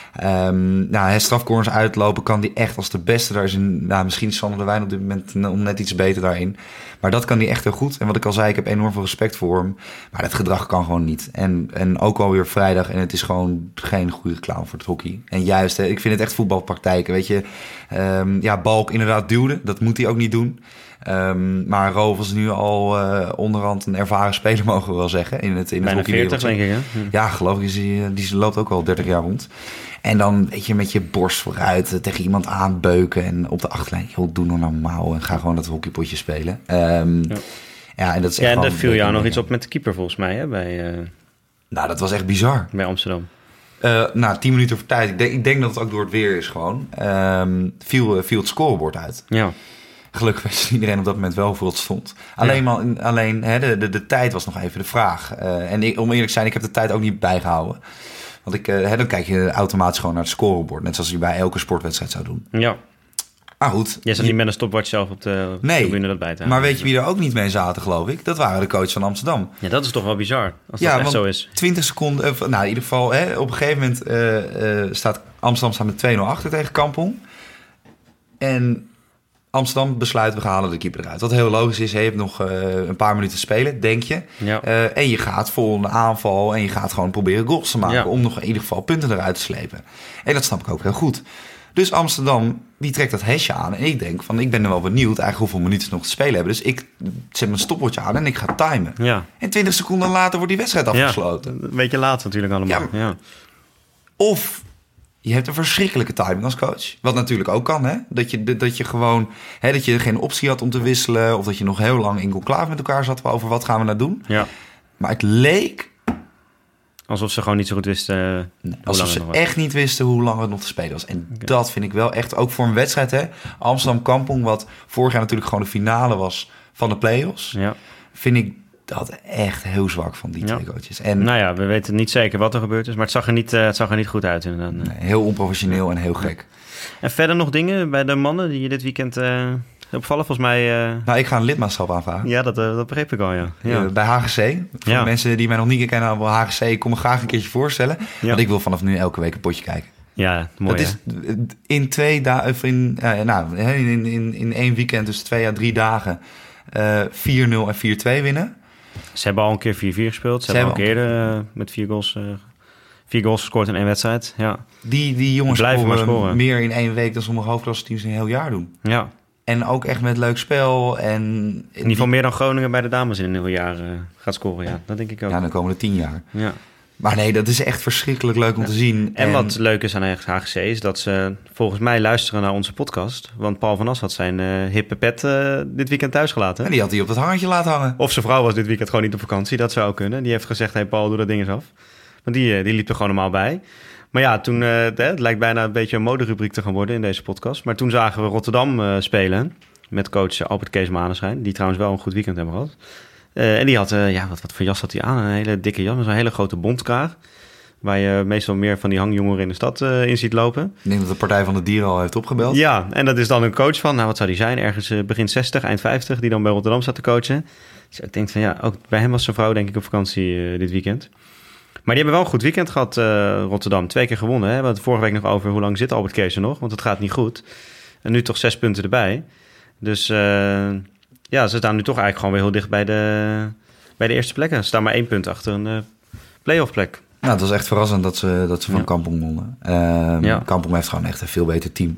Um, nou, het strafcorners uitlopen kan die echt als de beste. Daar is een, nou, misschien Sander de Wijn op dit moment net iets beter daarin. Maar dat kan die echt heel goed. En wat ik al zei, ik heb enorm veel respect voor hem. Maar dat gedrag kan gewoon niet. En, en ook alweer vrijdag. En het is gewoon geen goede reclame voor het hockey. En juist, hè, ik vind het echt voetbalpraktijken. Weet je, um, ja, Balk inderdaad duwde. Dat moet hij ook niet doen. Um, maar Rolf is nu al uh, onderhand een ervaren speler, mogen we wel zeggen. In het, in het bijna veertig, denk ik, hè? Hm. Ja, geloof ik. Die, die loopt ook al dertig jaar rond. En dan, weet je, met je borst vooruit uh, tegen iemand aanbeuken. En op de achterlijn, joh, doe nog normaal. En ga gewoon dat hockeypotje spelen. Um, ja. ja, en dat is ja, echt en daar viel jou nog dingen. iets op met de keeper, volgens mij, hè? Bij, uh, nou, dat was echt bizar. Bij Amsterdam. Uh, nou, tien minuten voor tijd. Ik denk, ik denk dat het ook door het weer is gewoon. Um, viel, viel het scorebord uit. Ja. Gelukkig wist iedereen op dat moment wel voor het stond. Alleen, ja. maar, alleen hè, de, de, de tijd was nog even de vraag. Uh, en ik, om eerlijk te zijn, ik heb de tijd ook niet bijgehouden. Want ik, uh, hè, dan kijk je automatisch gewoon naar het scorebord. Net zoals je bij elke sportwedstrijd zou doen. Ja. Maar goed. Jij zat je... niet met een stopwatch zelf op de op nee, tribune dat bij te maar weet je wie er ook niet mee zaten, geloof ik? Dat waren de coach van Amsterdam. Ja, dat is toch wel bizar, als ja, dat echt zo is. twintig seconden, uh, nou in ieder geval, hè, op een gegeven moment uh, uh, staat Amsterdam staat met twee nul achter tegen Kampong. En Amsterdam besluit, we halen de keeper eruit. Wat heel logisch is, je hebt nog uh, een paar minuten te spelen, denk je. Ja. Uh, en je gaat vol een aanval en je gaat gewoon proberen goals te maken... Ja. om nog in ieder geval punten eruit te slepen. En dat snap ik ook heel goed. Dus Amsterdam, die trekt dat hesje aan. En ik denk van, ik ben er wel benieuwd eigenlijk hoeveel minuten ze nog te spelen hebben. Dus ik zet mijn stopwatch aan en ik ga timen. Ja. En twintig seconden later wordt die wedstrijd afgesloten. Ja, een beetje laat natuurlijk allemaal. Ja. Ja. Of je hebt een verschrikkelijke timing als coach. Wat natuurlijk ook kan, hè. Dat je, dat je gewoon, hè, dat je geen optie had om te wisselen. Of dat je nog heel lang in conclave met elkaar zat over wat gaan we nou doen. Ja. Maar het leek alsof ze gewoon niet zo goed wisten uh, nee, alsof ze echt niet wisten hoe lang het nog te spelen was. En okay. dat vind ik wel echt, ook voor een wedstrijd, hè. Amsterdam-Kampong, wat vorig jaar natuurlijk gewoon de finale was van de play-offs. Ja. Vind ik dat echt heel zwak van die ja. twee coaches. En, nou ja, we weten niet zeker wat er gebeurd is, maar het zag er niet, uh, het zag er niet goed uit inderdaad. Nee. Nee, heel onprofessioneel en heel gek. En verder nog dingen bij de mannen die je dit weekend uh, opvallen? Volgens mij... Uh... Nou, ik ga een lidmaatschap aanvragen. Ja, dat, uh, dat begreep ik al, ja. ja. Uh, bij H G C. Voor ja. mensen die mij nog niet kennen, H G C, ik kom me graag een keertje voorstellen. Ja. Want ik wil vanaf nu elke week een potje kijken. Ja, mooi. Dat is in twee dagen, in, uh, nou, in, in, in één weekend, dus twee à drie dagen, uh, vier nul en vier twee winnen. Ze hebben al een keer vier vier gespeeld. Ze, Ze hebben al een keer uh, met vier goals, uh, vier goals gescoord in één wedstrijd. Ja. Die, die jongens blijven maar scoren. Meer in één week dan sommige hoofdklasse-teams een heel jaar doen. Ja. En ook echt met leuk spel. En in ieder geval meer dan Groningen bij de dames in een heel jaar uh, gaat scoren. Ja, dat denk ik ook. Ja, dan komen er tien jaar. Ja. Maar nee, dat is echt verschrikkelijk leuk om ja. te zien. En, en wat leuk is aan H G C is dat ze volgens mij luisteren naar onze podcast. Want Paul van As had zijn uh, hippe pet uh, dit weekend thuis gelaten. En die had hij op dat hangertje laten hangen. Of zijn vrouw was dit weekend gewoon niet op vakantie. Dat zou ook kunnen. Die heeft gezegd, hey Paul, doe dat ding eens af. Want die, uh, die liep er gewoon normaal bij. Maar ja, toen, uh, het lijkt bijna een beetje een moderubriek te gaan worden in deze podcast. Maar toen zagen we Rotterdam uh, spelen met coach Albert Kees Maneschijn. Die trouwens wel een goed weekend hebben gehad. Uh, en die had, uh, ja, wat, wat voor jas had hij aan? Een hele dikke jas met zo'n hele grote bontkraag. Waar je meestal meer van die hangjongeren in de stad uh, in ziet lopen. Ik denk dat de Partij van de Dieren al heeft opgebeld. Ja, en dat is dan een coach van, nou wat zou die zijn? Ergens uh, begin zestig, eind vijftig, die dan bij Rotterdam zat te coachen. Dus ik denk van ja, ook bij hem was zijn vrouw denk ik op vakantie uh, dit weekend. Maar die hebben wel een goed weekend gehad, uh, Rotterdam. Twee keer gewonnen. Hè? We hadden het vorige week nog over hoe lang zit Albert Kees er nog. Want het gaat niet goed. En nu toch zes punten erbij. Dus uh, ja, ze staan nu toch eigenlijk gewoon weer heel dicht bij de, bij de eerste plekken. Ze staan maar één punt achter een uh, play-off plek. Ja, het was echt verrassend dat ze, dat ze van ja. Kampong wonnen. Uh, ja. Kampong heeft gewoon echt een veel beter team.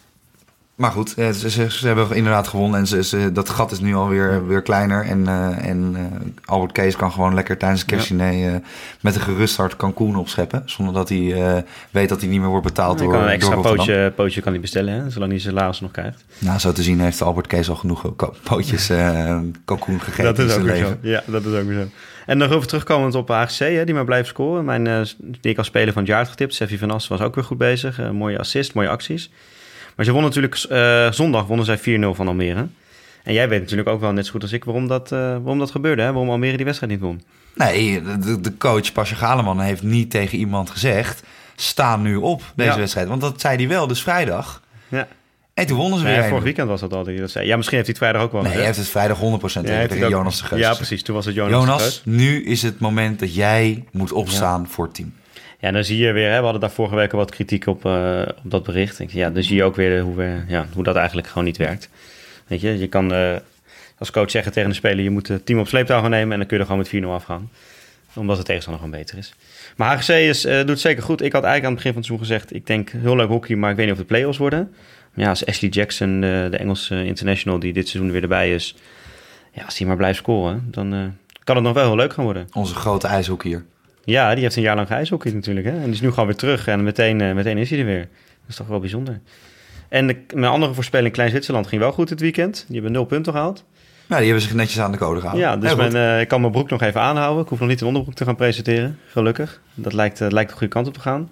Maar goed, ze, ze, ze hebben inderdaad gewonnen en ze, ze, dat gat is nu alweer weer kleiner. En, uh, en uh, Albert Kees kan gewoon lekker tijdens het kerstdiner uh, met een gerust hart Cancun opscheppen. Zonder dat hij uh, weet dat hij niet meer wordt betaald ja, door Rotterdam. Een extra pootje, pootje kan hij bestellen, hè, zolang hij zijn salaris nog krijgt. Nou, zo te zien heeft Albert Kees al genoeg pootjes uh, Cancun gegeten dat is in zijn ook leven. Zo. Ja, dat is ook weer zo. En nog even terugkomend op H G C, hè, die maar blijft scoren. Mijn, uh, die ik als speler van het jaar had getipt, Seffi van As, was ook weer goed bezig. Uh, mooie assist, mooie acties. Maar ze wonnen natuurlijk, uh, zondag wonnen zij vier nul van Almere. En jij weet natuurlijk ook wel net zo goed als ik waarom dat, uh, waarom dat gebeurde. Hè? Waarom Almere die wedstrijd niet won. Nee, de, de coach Pasje Galeman heeft niet tegen iemand gezegd, sta nu op deze ja. wedstrijd. Want dat zei hij wel, dus vrijdag. Ja. En toen wonnen ze nee, weer. Vorig weekend was dat al dat hij dat zei. Ja, misschien heeft hij het vrijdag ook wel Nee, gezegd. hij heeft het vrijdag honderd procent ja, tegen ook... Jonas de Geus. Ja, precies. Toen was het Jonas, Jonas de Geus. Nu is het moment dat jij moet opstaan ja. voor het team. Ja, dan zie je weer, hè, we hadden daar vorige week al wat kritiek op, uh, op dat bericht. Ja, dan zie je ook weer hoe, we, ja, hoe dat eigenlijk gewoon niet werkt. Weet je, je kan uh, als coach zeggen tegen de speler, je moet het team op sleeptouw gaan nemen en dan kun je er gewoon met vier nul afgaan. Omdat de tegenstander gewoon beter is. Maar H G C is, uh, doet het zeker goed. Ik had eigenlijk aan het begin van het seizoen gezegd, ik denk heel leuk hockey, maar ik weet niet of de play-offs worden. Maar ja, als Ashley Jackson, de, de Engelse international die dit seizoen weer erbij is, ja, als hij maar blijft scoren, dan uh, kan het nog wel heel leuk gaan worden. Onze grote ijshockeyer. Ja, die heeft een jaar lang geijshockeyd natuurlijk. Hè? En die is nu gewoon weer terug en meteen, uh, meteen is hij er weer. Dat is toch wel bijzonder. En de, mijn andere voorspelling, Klein-Zwitserland, ging wel goed dit weekend. Die hebben nul punten gehaald. Ja, die hebben zich netjes aan de code gehouden. Ja, dus mijn, uh, ik kan mijn broek nog even aanhouden. Ik hoef nog niet een onderbroek te gaan presenteren, gelukkig. Dat lijkt, uh, lijkt de goede kant op te gaan.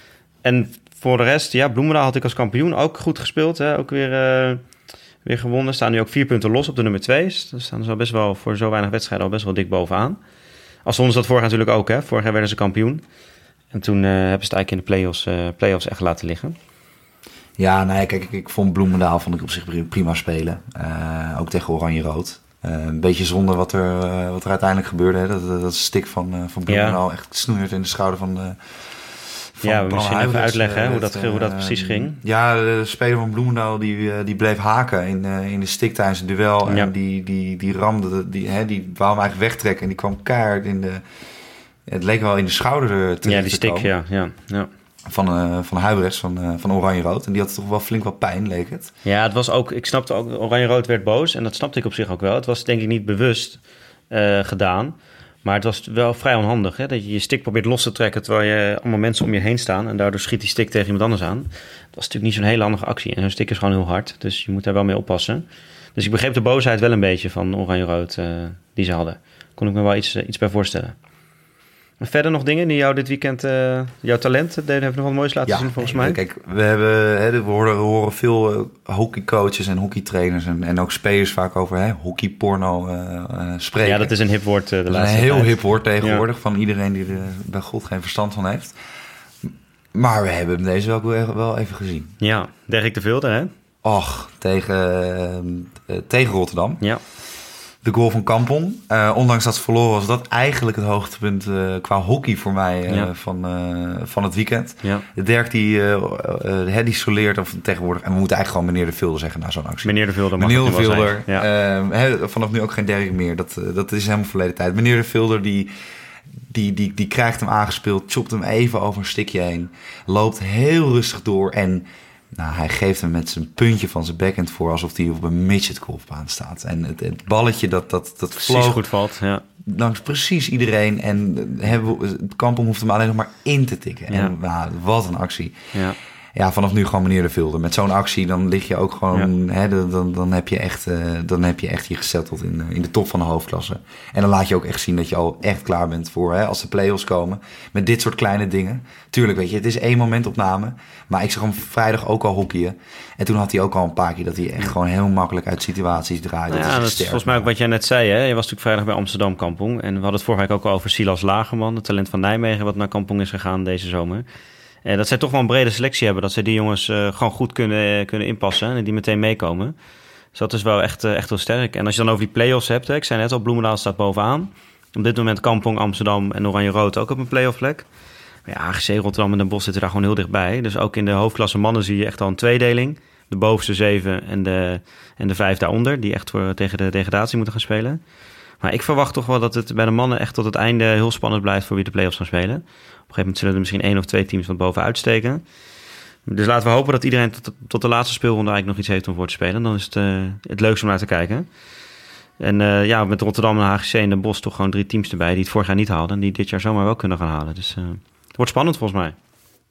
En voor de rest, ja, Bloemendaal had ik als kampioen ook goed gespeeld. Hè? Ook weer, uh, weer gewonnen. Staan nu ook vier punten los op de nummer twee. Dus daar staan ze al best wel voor zo weinig wedstrijden al best wel dik bovenaan. Als stonden ze dat vorig jaar natuurlijk ook, hè. Vorig jaar werden ze kampioen. En toen uh, hebben ze het eigenlijk in de play-offs, uh, play-offs echt laten liggen. Ja, nou ja, kijk, ik, ik vond Bloemendaal vond ik op zich prima spelen. Uh, ook tegen Oranje-Rood. Uh, een beetje zonde wat er, uh, wat er uiteindelijk gebeurde. Hè. Dat, dat stick van, uh, van Bloemendaal ja. echt snoeierd in de schouder van... Uh, ja, we misschien even uitleggen uh, hoe, dat, uh, hoe dat precies ging. Ja, de speler van Bloemendaal die, uh, die bleef haken in, uh, in de stick tijdens het duel. Ja. En die, die, die ramde, die, hè, die wou hem eigenlijk wegtrekken. En die kwam keihard in de... Het leek wel in de schouder te Ja, die stick, komen. ja. ja, ja. Van, uh, van Huibrechts van, uh, van Oranje-Rood. En die had toch wel flink wat pijn, leek het. Ja, het was ook... Ik snapte ook... Oranje-Rood werd boos. En dat snapte ik op zich ook wel. Het was denk ik niet bewust uh, gedaan. Maar het was wel vrij onhandig. Hè? Dat je je stick probeert los te trekken terwijl je allemaal mensen om je heen staan. En daardoor schiet die stick tegen iemand anders aan. Dat was natuurlijk niet zo'n hele handige actie. En zo'n stick is gewoon heel hard. Dus je moet daar wel mee oppassen. Dus ik begreep de boosheid wel een beetje van Oranje-Rood uh, die ze hadden. Kon ik me wel iets, uh, iets bij voorstellen. En verder nog dingen die jou dit weekend, uh, jouw talent, dat hebben nog wat moois laten ja, zien volgens mij. Kijk, we hebben, hè, we horen, we horen veel uh, hockeycoaches en hockeytrainers en, en ook spelers vaak over hè, hockeyporno uh, uh, spreken. Ja, dat is een hip woord uh, de dat laatste is een heel tijd. hip woord tegenwoordig ja. van iedereen die er bij God geen verstand van heeft. Maar we hebben hem deze wel, wel even gezien. Ja, Derek de Vilder, hè? Och, tegen, uh, tegen Rotterdam. Ja. De goal van Kampong. Uh, ondanks dat ze verloren was dat eigenlijk het hoogtepunt uh, qua hockey voor mij uh, ja. van, uh, van het weekend. Ja. Dirk die, uh, uh, die soleert of tegenwoordig. En we moeten eigenlijk gewoon meneer de Vilder zeggen na zo'n actie. Meneer de Vilder mag meneer het de Vilder. Ja. Uh, he, vanaf nu ook geen Dirk meer. Dat, uh, dat is helemaal verleden tijd. Meneer de Vilder die, die, die, die krijgt hem aangespeeld. Chopt hem even over een stikje heen. Loopt heel rustig door en... Nou, hij geeft hem met zijn puntje van zijn backhand voor... alsof hij op een midget golfbaan staat. En het, het balletje dat, dat, dat precies vloog, goed valt, ja. langs precies iedereen. En hebben, Kampong hoeft hem alleen nog maar in te tikken. Ja. En nou, wat een actie. Ja. Ja, vanaf nu gewoon meneer De Vilder. Met zo'n actie, dan lig je ook gewoon... Ja. Hè, dan, dan, heb je echt, uh, dan heb je echt je gezetteld in, in de top van de hoofdklasse. En dan laat je ook echt zien dat je al echt klaar bent voor... Hè, als de play-offs komen, met dit soort kleine dingen. Tuurlijk, weet je, het is één momentopname. Maar ik zag hem vrijdag ook al hockeyen. En toen had hij ook al een paar keer... dat hij echt gewoon heel makkelijk uit situaties draait. Ja, dat, dat is is sterk, volgens mij ook wat jij net zei. Hè? Je was natuurlijk vrijdag bij Amsterdam Kampong. En we hadden het vorige week ook al over Silas Lagerman... het talent van Nijmegen wat naar Kampong is gegaan deze zomer... Uh, dat zij toch wel een brede selectie hebben. Dat zij die jongens uh, gewoon goed kunnen, kunnen inpassen. En die meteen meekomen. Dus dat is wel echt, uh, echt heel sterk. En als je dan over die play-offs hebt. Hè, ik zei net al, Bloemendaal staat bovenaan. Op dit moment Kampong, Amsterdam en Oranje-Rood ook op een play-off plek. Maar ja, A G C, Rotterdam en Den Bosch zitten daar gewoon heel dichtbij. Dus ook in de hoofdklasse mannen zie je echt al een tweedeling. De bovenste zeven en de, en de vijf daaronder. Die echt voor, tegen de degradatie moeten gaan spelen. Maar ik verwacht toch wel dat het bij de mannen echt tot het einde heel spannend blijft voor wie de play-offs gaan spelen. Op een gegeven moment zullen er misschien één of twee teams wat bovenuit steken. Dus laten we hopen dat iedereen tot de, tot de laatste speelronde eigenlijk nog iets heeft om voor te spelen. Dan is het uh, het leukste om naar te kijken. En uh, ja, met Rotterdam en H G C en Den Bosch toch gewoon drie teams erbij die het vorig jaar niet haalden. En die dit jaar zomaar wel kunnen gaan halen. Dus uh, het wordt spannend volgens mij.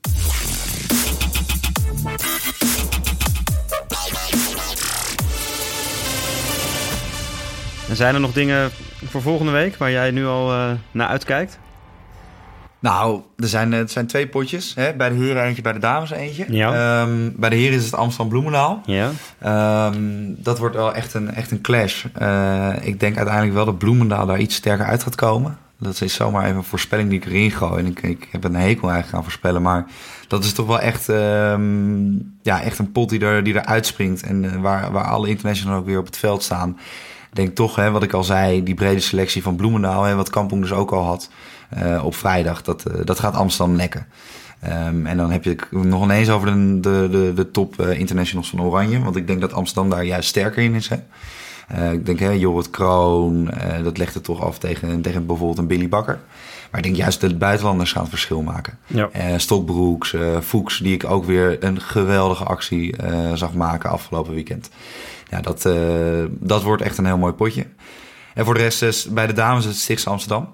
En zijn er nog dingen voor volgende week waar jij nu al uh, naar uitkijkt? Nou, er zijn, er zijn twee potjes. Hè? Bij de heren eentje, bij de dames eentje. Ja. Um, bij de heren is het Amsterdam-Bloemendaal. Ja. Um, dat wordt wel echt een, echt een clash. Uh, ik denk uiteindelijk wel dat Bloemendaal daar iets sterker uit gaat komen. Dat is zomaar even een voorspelling die ik erin gooi. En ik, ik heb een hekel eigenlijk aan voorspellen. Maar dat is toch wel echt, um, ja, echt een pot die er, die er uitspringt. En uh, waar, waar alle internationals ook weer op het veld staan. Ik denk toch, hè, wat ik al zei, die brede selectie van Bloemendaal, hè, wat Kampong dus ook al had uh, op vrijdag, dat, uh, dat gaat Amsterdam lekken. Um, en dan heb je het nog ineens over de, de, de, de top uh, internationals van Oranje, want ik denk dat Amsterdam daar juist sterker in is. Hè. Uh, ik denk, hè, Jorrit Kroon, uh, dat legt het toch af tegen, tegen bijvoorbeeld een Billy Bakker. Maar ik denk juist de buitenlanders gaan het verschil maken. Ja. Uh, Stokbroeks, uh, Fuchs, die ik ook weer een geweldige actie uh, zag maken afgelopen weekend. Ja, dat, uh, dat wordt echt een heel mooi potje. En voor de rest is bij de dames het Stichtse Amsterdam.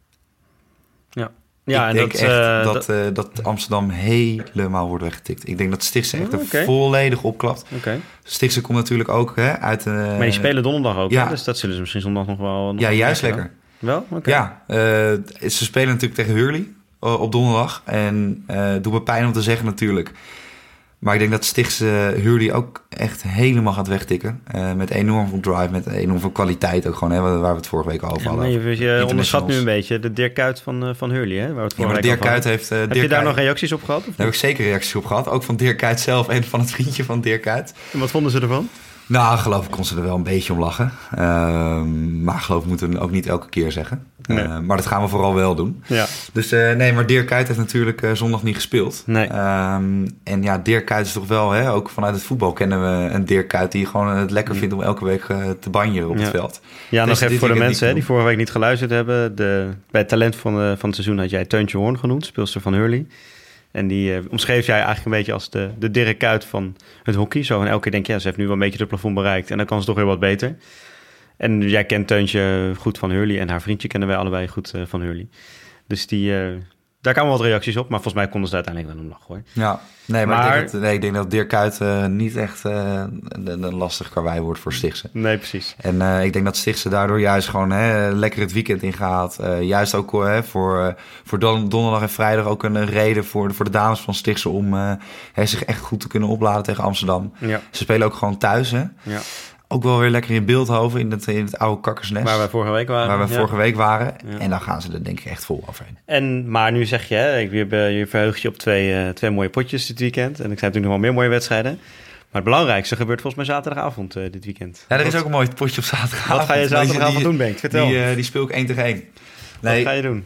Ja, ja ik en denk dat, echt uh, dat, dat... Uh, dat Amsterdam helemaal wordt weggetikt. Ik denk dat Stichtse echt Oh, okay. er volledig opklapt. Okay. Stichtse komt natuurlijk ook hè, uit... Uh, maar die spelen donderdag ook, ja. hè? Dus dat zullen ze misschien zondag nog wel... Nog ja, juist lekker. Dan. Wel? Oké. Okay. Ja, uh, ze spelen natuurlijk tegen Hurley uh, op donderdag. En uh, doet me pijn om te zeggen natuurlijk... Maar ik denk dat Stichtse Hurley ook echt helemaal gaat wegtikken. Uh, met enorm veel drive, met enorm veel kwaliteit ook gewoon. Hè, waar we het vorige week al over hadden. Ja, je je onderschat nu een beetje de Dirk Kuyt van, uh, van Hurley. Hè, waar we het vorige ja, week Dirk Kuyt heeft... Uh, Heb Dirk je daar Kuyt... nog reacties op gehad? Of daar heb ik zeker reacties op gehad. Ook van Dirk Kuyt zelf en van het vriendje van Dirk Kuyt. En wat vonden ze ervan? Nou, geloof ik kon ze er wel een beetje om lachen. Uh, maar geloof ik moeten we ook niet elke keer zeggen. Nee. Uh, maar dat gaan we vooral wel doen. Ja. Dus uh, nee, maar Dirk Kuyt heeft natuurlijk uh, zondag niet gespeeld. Nee. Um, en ja, Dirk Kuyt is toch wel, hè, ook vanuit het voetbal kennen we een Dirk Kuyt die gewoon het lekker vindt om elke week uh, te banjeren op ja. het veld. Ja, dus nog even voor de mensen hè, die vorige week niet geluisterd hebben. De, bij het talent van, uh, van het seizoen had jij Teuntje Hoorn genoemd, speelster van Hurley. En die uh, omschreef jij eigenlijk een beetje als de, de Dirk Kuyt van het hockey. Zo en elke keer denk je, ja, ze heeft nu wel een beetje het plafond bereikt. En dan kan ze toch weer wat beter. En jij kent Teuntje goed van Hurley. En haar vriendje kennen wij allebei goed uh, van Hurley. Dus die, uh, daar kwamen wat reacties op. Maar volgens mij konden ze uiteindelijk wel om lachen, hoor. Ja, nee, maar, maar... Ik, denk dat, nee, ik denk dat Dirk Kuyt uh, niet echt uh, een, een lastig karwei wordt voor Stichtse. Nee, precies. En uh, ik denk dat Stichtse daardoor juist gewoon hè, lekker het weekend ingaat. Uh, juist ook hè, voor, uh, voor don- donderdag en vrijdag ook een reden voor de, voor de dames van Stichtse om uh, hè, zich echt goed te kunnen opladen tegen Amsterdam. Ja. Ze spelen ook gewoon thuis, hè. Ja. Ook wel weer lekker in Beeldhoven, in het, in het oude kakkersnest. Waar we vorige week waren. Waar we ja. vorige week waren. Ja. En dan gaan ze er denk ik echt vol overheen. En, maar nu zeg je, hè, je, je verheugt je op twee, uh, twee mooie potjes dit weekend. En ik zei natuurlijk nog wel meer mooie wedstrijden. Maar het belangrijkste gebeurt volgens mij zaterdagavond uh, dit weekend. Ja, er is wat, ook een mooi potje op zaterdagavond. Wat ga je zaterdagavond die, doen, Bengt? Vertel. Die, uh, die speel ik één tegen één. Nee. Wat ga je doen?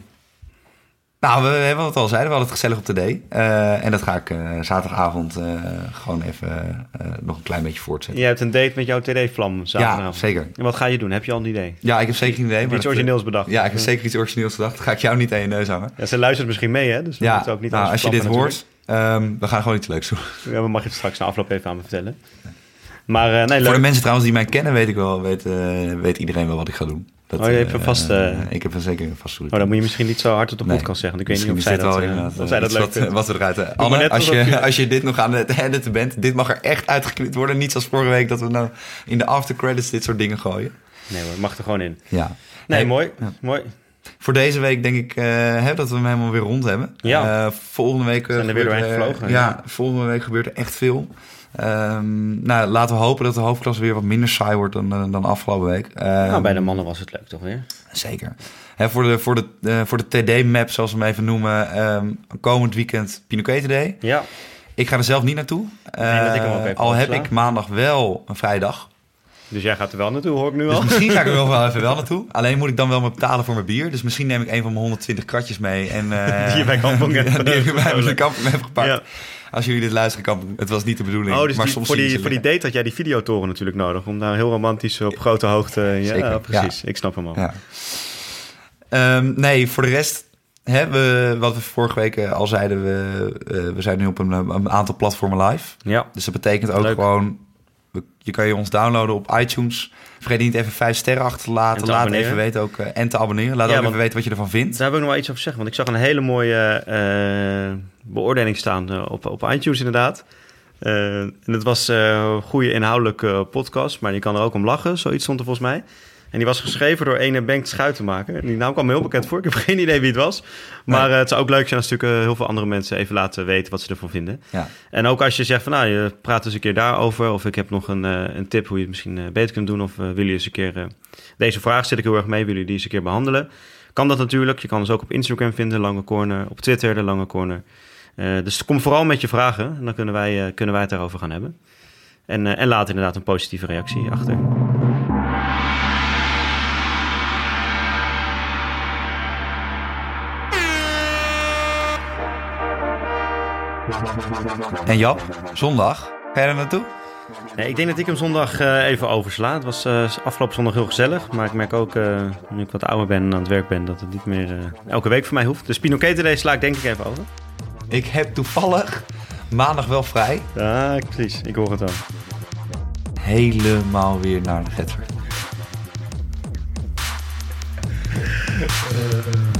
Nou, we hebben het al zeiden, we hadden het gezellig op de D. Uh, en dat ga ik uh, zaterdagavond uh, gewoon even uh, nog een klein beetje voortzetten. Je hebt een date met jouw T D-vlam zaterdagavond. Ja, zeker. En wat ga je doen? Heb je al een idee? Ja, ik heb zeker een idee. Heb je iets dat, origineels bedacht? Ja, ik heb zeker iets origineels bedacht. Dat ga ik jou niet aan je neus hangen. Ja, ze luistert misschien mee, hè? Dus we ja, moeten ook niet nou, als je dit natuurlijk. hoort, um, we gaan gewoon iets leuks doen. Ja, we mag je het straks na afloop even aan me vertellen. Maar uh, nee, leuk. Voor de mensen trouwens die mij kennen, weet ik wel, weet, uh, weet iedereen wel wat ik ga doen. Dat, oh, je hebt een vast... Uh... Uh, ik heb een zeker een vaste routine. Oh, dan moet je misschien niet zo hard op de podcast nee, zeggen. Want ik weet niet of zij dat, wel, uh, of zij dat leuk wat, vindt. Wat we eruit... Uh, Anne, als je, je... als je dit nog aan het editen bent... Dit mag er echt uitgeknipt worden. Niet zoals vorige week dat we nou in de aftercredits dit soort dingen gooien. Nee hoor, mag er gewoon in. Ja. Nee, hey, mooi. Ja. mooi. Voor deze week denk ik uh, hè, dat we hem helemaal weer rond hebben. Ja. Uh, volgende week... Uh, zijn er weer doorheen gevlogen. Uh, ja, ja, volgende week gebeurt er echt veel. Um, nou, laten we hopen dat de hoofdklasse weer wat minder saai wordt dan, uh, dan afgelopen week. Um, nou, bij de mannen was het leuk toch weer? Zeker. Hè, voor, de, voor, de, uh, voor de T D-map, zoals we hem even noemen, um, komend weekend Pinoquet T D. Ja. Ik ga er zelf niet naartoe. Uh, nee, dat ik hem ook even al heb ik maandag wel een vrije dag. Dus jij gaat er wel naartoe, hoor ik nu al. Dus misschien ga ik er wel, wel even wel naartoe. Alleen moet ik dan wel maar betalen voor mijn bier. Dus misschien neem ik een van mijn honderdtwintig kratjes mee. En, uh, die je bij kampong hebt. Die ik bij mijn kampong heb gepakt. Ja. Als jullie dit luisteren, kampong. Het was niet de bedoeling. Oh, dus maar die, soms voor, die, voor die date had jij die videotoren natuurlijk nodig. Om daar heel romantisch op grote hoogte... Ja, Zeker, precies. Ja. Ik snap hem al. Ja. Um, nee, voor de rest... Hè, we, wat we vorige week al zeiden... We, uh, we zijn nu op een, een aantal platformen live. Ja. Dus dat betekent ook Leuk. gewoon... Je kan je ons downloaden op iTunes. Vergeet niet even vijf sterren achter te laten. Te Laat abonneren. even weten ook... Uh, en te abonneren. Laat ja, ook even weten wat je ervan vindt. Daar wil ik nog wel iets over zeggen. Want ik zag een hele mooie uh, beoordeling staan uh, op, op iTunes inderdaad. Uh, en het was een uh, goede inhoudelijke podcast. Maar je kan er ook om lachen. Zoiets stond er volgens mij. En die was geschreven door ene Bengt Schuitenmaker. En die naam kwam me heel bekend voor. Ik heb geen idee wie het was. Maar nee. uh, het zou ook leuk zijn als natuurlijk uh, heel veel andere mensen even laten weten wat ze ervan vinden. Ja. En ook als je zegt van nou, je praat eens een keer daarover. Of ik heb nog een, uh, een tip hoe je het misschien uh, beter kunt doen. Of uh, wil je eens een keer... Uh, deze vraag zit ik heel erg mee. Willen jullie die eens een keer behandelen? Kan dat natuurlijk. Je kan ons ook op Instagram vinden, Lange Corner. Op Twitter, de Lange Corner. Uh, dus kom vooral met je vragen. En dan kunnen wij, uh, kunnen wij het daarover gaan hebben. En, uh, en laat inderdaad een positieve reactie achter. En Jap, zondag, ga je er naartoe? Nee, ik denk dat ik hem zondag uh, even oversla. Het was uh, afgelopen zondag heel gezellig. Maar ik merk ook, uh, nu ik wat ouder ben en aan het werk ben... dat het niet meer uh, elke week voor mij hoeft. Dus Pinoquet T D sla ik denk ik even over. Ik heb toevallig maandag wel vrij. Ja, precies. Ik hoor het al. Helemaal weer naar de Getver.